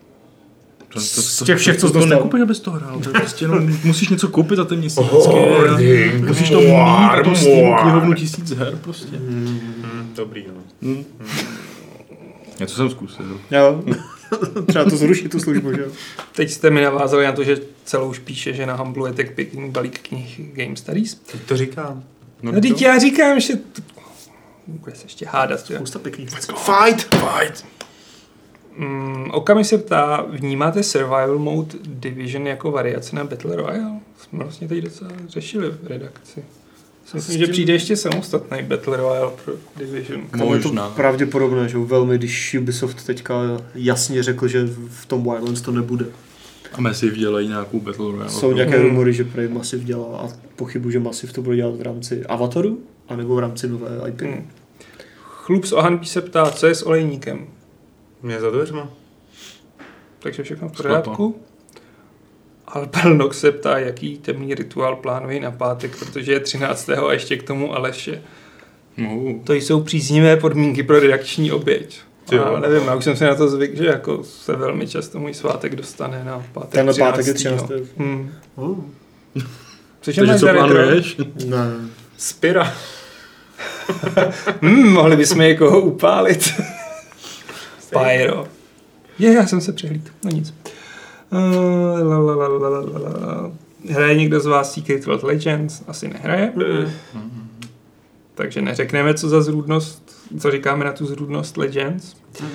Z těch všech, co jsi dostal. Nekupit, abys to hrál. To prostě jenom musíš něco koupit za ten měsíc. Musíš to mít a to Steam knihovnu 1000 her prostě. Dobrý, no. Něco jsem zkusil. Jo. Třeba to zrušit tu službu, že jo? Teď jste mi navázali na to, že celou už píše, že na Humble je tak pěkný balík knih Game Studies. Teď to říkám. No teď já říkám, že... Bude se ještě hádat. Spousta pěkných. Fight! Okami se ptá, vnímáte survival mode Division jako variaci na Battle Royale? Jsme vlastně teď docela řešili v redakci. Myslím, že přijde ještě samostatný Battle Royale pro Division. Možná. To pravděpodobné, že velmi, když Ubisoft teďka jasně řekl, že v tom Wildlands to nebude. A Massive dělají nějakou Battle Royale. Jsou nějaké rumory, že prej Massive dělá a pochybuji, že Massive to bude dělat v rámci Avataru, anebo v rámci nové IP. Chlup z Ohanbí se ptá, co je s olejníkem? Mě za dveřma. Takže všechno v pořádku. Albelnox se ptá, jaký temný rituál plánuje na pátek, protože je 13. a ještě k tomu Aleše. To jsou příznivé podmínky pro redakční oběť. Já nevím, já už jsem si na to zvyk, že jako se velmi často můj svátek dostane na pátek. Tenhle pátek je 13. Takže co plánuješ? Ne. Spira. Mohli bychom někoho upálit. Spyro. Já jsem se přehlídl. No nic. Hraje někdo z vás Secret World Legends? Asi nehraje. Takže neřekneme, co za zrůdnost, co říkáme na tu zrůdnost Legends.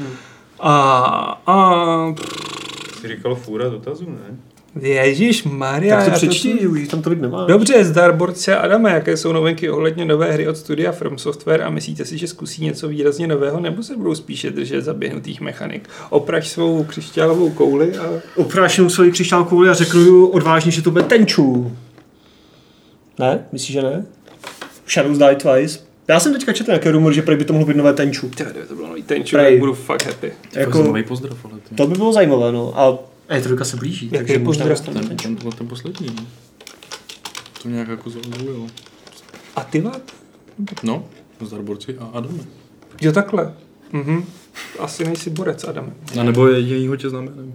Jsi říkal fůra dotazů, ne? Ježišmarja. Tak to přečti, už tam tolik nemá. Dobře, Zdarborce a Adame, jaké jsou novinky ohledně nové hry od studia From Software a myslíte si, že zkusí něco výrazně nového, nebo se budou spíše držet zaběhnutých mechanik? Opraž svou křišťálovou kouli a... Oprášnu svoji křišťálovou kouli a řeknu odvážně, že to bude Tenchu. Ne? Myslíš, že ne? Shadows Die Twice. Já jsem teďka četl nějaký rumor, že prej by to mohlo být nové Tenchu. To bylo nový Tenchu, tak budu fakt happy. Jako, nový pozdrav, ale to by bylo zajímavé, no. A E3 se blíží, jaký takže možná ten poslední. To nějak jako zaujalo. Activat? No, Zdarborci a Adame. Jo, takhle. Asi nejsi borec, Adame. A nebo je jedinýho tě znamenem.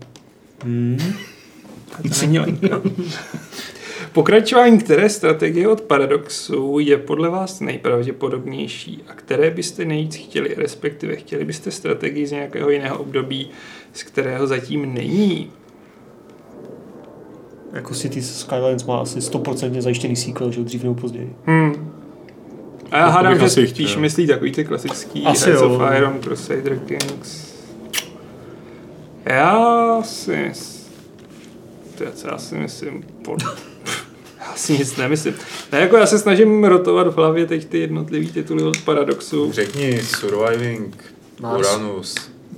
Pokračování které strategie od Paradoxu je podle vás nejpravděpodobnější a které byste nejvíc chtěli, respektive chtěli byste strategii z nějakého jiného období, z kterého zatím není? Jako Cities Skylines má asi 100% zajištěný sequel, že dřív nebo později. A já hádám, že spíš myslí takový ty klasický Hearts of Iron, Crusader Kings. Já si myslím, já si nic nemyslím. Ne, jako já se snažím rotovat v hlavě teď ty jednotlivý tituly od Paradoxu. Řekni Surviving, Uranus.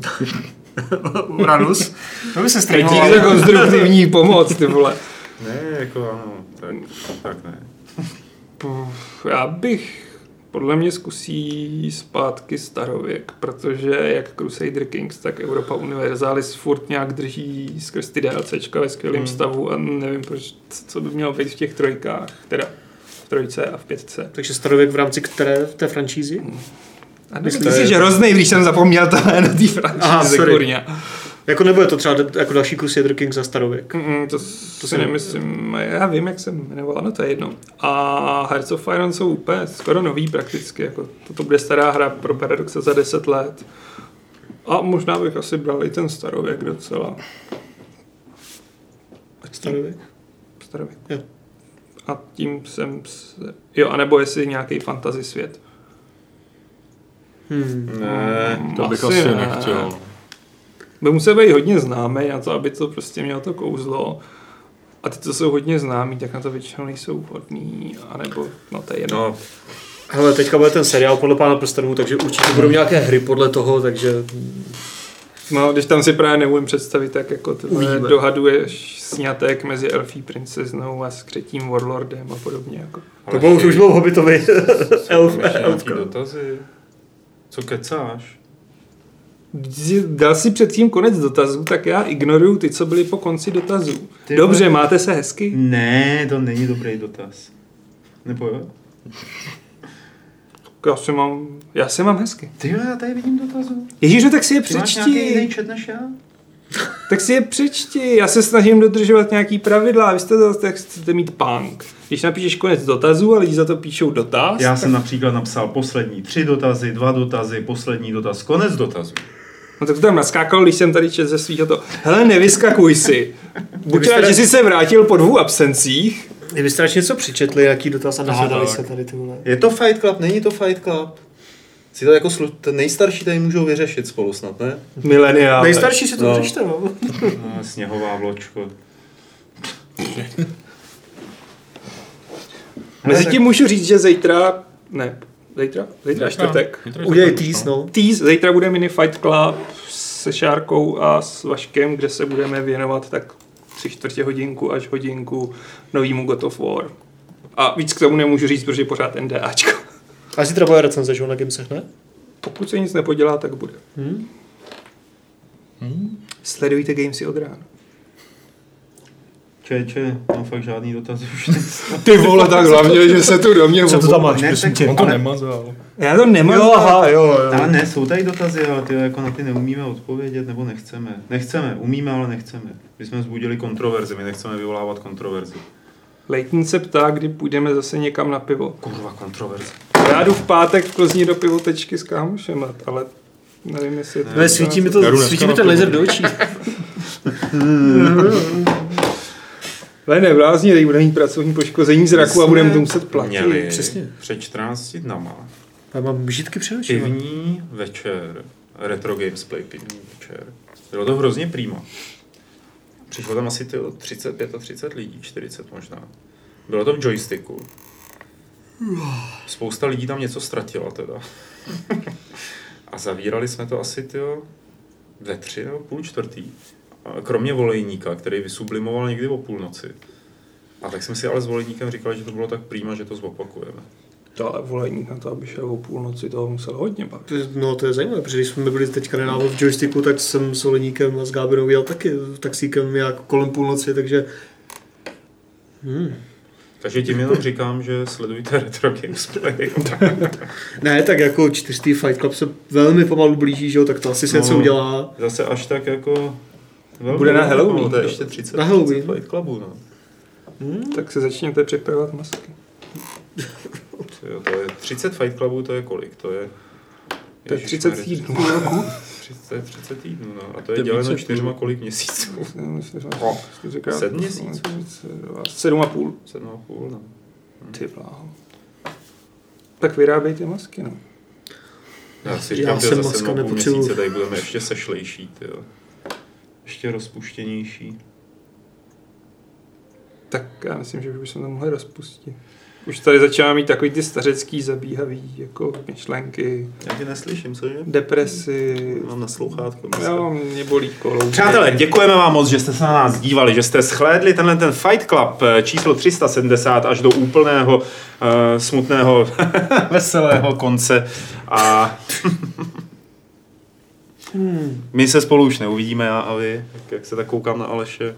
Uranus? To by se stejnoval. Teď za konstruktivní pomoc, ty vole. Ne, jako ano, tak ne. Já bych podle mě zkusí zpátky starověk, protože jak Crusader Kings, tak Europa Universalis furt nějak drží skrz ty DLCčka ve skvělém stavu a nevím, proč, co by mělo být v těch trojkách, teda v trojce a v pětce. Takže starověk v rámci které v té franšízi? A myslím si, že hroznej, když jsem zapomněl to jméno té franšízy, kurňa. Jako nebude to třeba jako další Crusader Kings za starověk? To si nemyslím. Já vím, jak jsem jmenoval, no to je jedno. A Hearts of Iron jsou úplně skoro nový prakticky. Jako toto bude stará hra pro Paradoxa za 10 let. A možná bych asi bral i ten starověk docela. Starověk? Starověk. Jo. A tím jsem jo, anebo jestli nějaký fantasy svět. Ne, to bych asi nechtěl. By musel být hodně známý na to, aby to prostě mělo to kouzlo. A ty, co jsou hodně známí, tak na to většinou nejsou vhodný, anebo, no to je jedno. No. Hele, teďka bude ten seriál podle Pána prstenů, takže určitě budou nějaké hry podle toho, takže... No, když tam si právě neumím představit, tak jako dohaduješ sňatek mezi Elfí princeznou a skřetím Warlordem a podobně. Jako. To bylo už dlouho hobbitový elfka. Dotazy. Co kecáš? Dal si předtím konec dotazů, tak já ignoruju ty, co byly po konci dotazů. Dobře, máte se hezky? Ne, to není dobrý dotaz. Nebo jo? Já se mám hezky. Ty jo, já tady vidím dotazu. Ježíš, tak si je Ty máš přečti. nějaký jiný chat než já? Tak si je přečti. Já se snažím dodržovat nějaký pravidla a vy jste to, tak chcete mít punk. Když napíšeš konec dotazů a lidi za to píšou dotaz. Já jsem například napsal poslední 3 dotazy, 2 dotazy, poslední dotaz, konec dotazu. No tak to tam naskákalo, když jsem tady čet ze svýho to. Hele, nevyskakuj si. Buď rád, že jsi se vrátil po 2 absencích. Kdybyste radši něco přičetli, jaký dotaz a nehledali se tady ty vole. Je to Fight Club, není to Fight Club? Si to jako ten nejstarší tady můžou vyřešit spolu snad, ne? Mileniál. Nejstarší si to řešte, no. Sněhová vločko. Mezitím můžu říct, že zítra je čtvrtek. Udělej tease, no. Zítra bude mini Fight Club se Šárkou a s Vaškem, kde se budeme věnovat tak 3/4 hodinku až hodinku novýmu God of War. A víc k tomu nemůžu říct, protože je pořád NDAčko. A zítra bude recenze, že na Gamesech, ne? Pokud se nic nepodělá, tak bude. Sledujte Gamesy od rána. Mám fakt žádný dotaz už dneska. Ty vole, tak hlavně, že se tu do mě... Co to tam máš? Ne, tak, On to nemazal. Já to nemám. Jo. Ale ne, jsou tady dotazy, ale ty jako na ty neumíme odpovědět, nebo nechceme. Nechceme, umíme, ale nechceme. My jsme vzbudili kontroverzi, my nechceme vyvolávat kontroverzi. Leighton se ptá, kdy půjdeme zase někam na pivo. Kurva, kontroverze. Já jdu v pátek v Plzni do pivotečky s kámošem, ale nevím, jestli... Ne, svítí mi ten laser do očí. Ale neblázni, tady budeme mít pracovní poškození zraku a budeme to muset platit. Měli Přesně. před 14 dnama. Já mám žitky před očima. Pivní večer, retro gamesplay pivní večer. Bylo to hrozně prima. Přišlo tam asi 35 a 30 lidí, 40 možná. Bylo to v joysticku. Spousta lidí tam něco ztratila teda. A zavírali jsme to asi ve 3 nebo 3:30. Kromě Volejníka, který vysublimoval někdy o půlnoci. A tak jsme si ale s Volejníkem říkali, že to bylo tak prima, že to zopakujeme. To ale Volejník na to, aby šel o půlnoci, toho musel hodně bavit. No to je zajímavé, protože když jsme byli teďka nedávno v joysticku, tak jsem s Oleníkem a s Gábirou jel taky taxíkem jak kolem půlnoci, takže... Takže tím jenom říkám, že sledujte retro gamesplay. Ne, tak jako 4. Fight Club se velmi pomalu blíží, že jo, tak to asi se něco udělá. Zase až tak jako... Bude na Halloween. To je ještě 30 na Halloween. Fight Clubu, no. Tak se začněte připravovat masky. To je 30 Fight Clubů, to je kolik? To je 30 týdnů. 30 týdnů, no. A to je děleno 4 kolik měsíců? 7 měsíců? 7,5. 7,5, no. Ty bláho. Tak vyrábejte masky, no. Já si říkám, že za 7,5 měsíce tady budeme ještě sešlejší, tyjo. Ještě rozpuštěnější. Tak já myslím, že už bychom to mohli rozpustit. Už tady začíná mít takový ty stařecký zabíhavý jako myšlenky. Já tě neslyším, cože? Depresi. Mám na slouchátko. Jo, mě bolí kolou. Přátelé, děkujeme vám moc, že jste se na nás dívali, že jste shlédli ten Fight Club číslo 370 až do úplného smutného veselého konce. A my se spolu už neuvidíme a vy, jak se tak koukám na Aleše,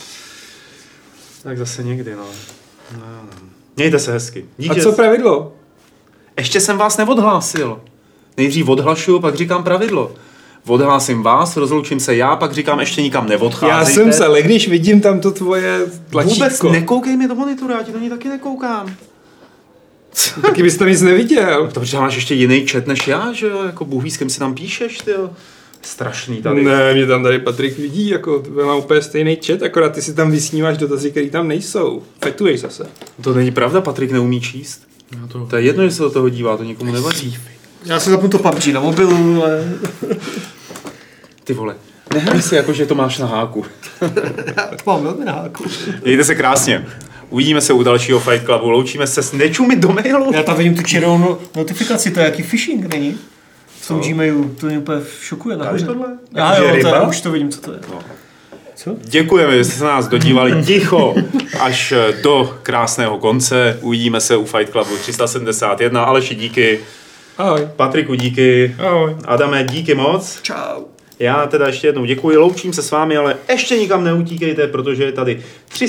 tak zase někdy, no. Mějte se hezky. Díky. A co pravidlo? Ještě jsem vás neodhlásil. Nejdřív odhlašuju, pak říkám pravidlo. Odhlásím vás, rozloučím se já, pak říkám ještě nikam neodcházejte. Já jsem se, ale když vidím tam to tvoje tlačítko. Vůbec nekoukej mi do monitoru, já ti do ní taky nekoukám. Taky bys tam nic neviděl. To protože máš ještě jiný chat než já, že jo? Jako Bůh ví, s kým si tam píšeš, tyjo. Strašný tady. Ne, mě tam tady Patrik vidí, jako má úplně stejný chat, akorát ty si tam vysníváš dotazy, které tam nejsou. Fetuješ zase. To není pravda, Patrik neumí číst. To je jedno, že se do toho dívá, to nikomu nevadí. Já si zapnu to PUBG na mobilu, ale... Ty vole, nehraj si jako, že to máš na háku. Já to mám velmi na háku. Mějte se krásně. Uvidíme se u dalšího Fight Clubu, loučíme se s nečumit do mailu. Já tam vidím tu červenou notifikaci, to je jaký phishing, není? V tom Gmailu, to mě úplně šokuje nahoře. tohle? Už to vidím, co to je. No. Co? Děkujeme, že jste se nás dodívali ticho až do krásného konce. Uvidíme se u Fight Clubu 371. Aleši, díky. Ahoj. Patriku, díky. Ahoj. Adame, díky moc. Čau. Já teda ještě jednou děkuji, loučím se s vámi, ale ještě nikam neutíkejte, protože je tady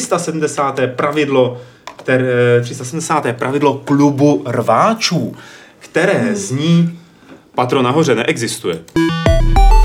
370. pravidlo klubu rváčů. které zní Patro nahoře neexistuje.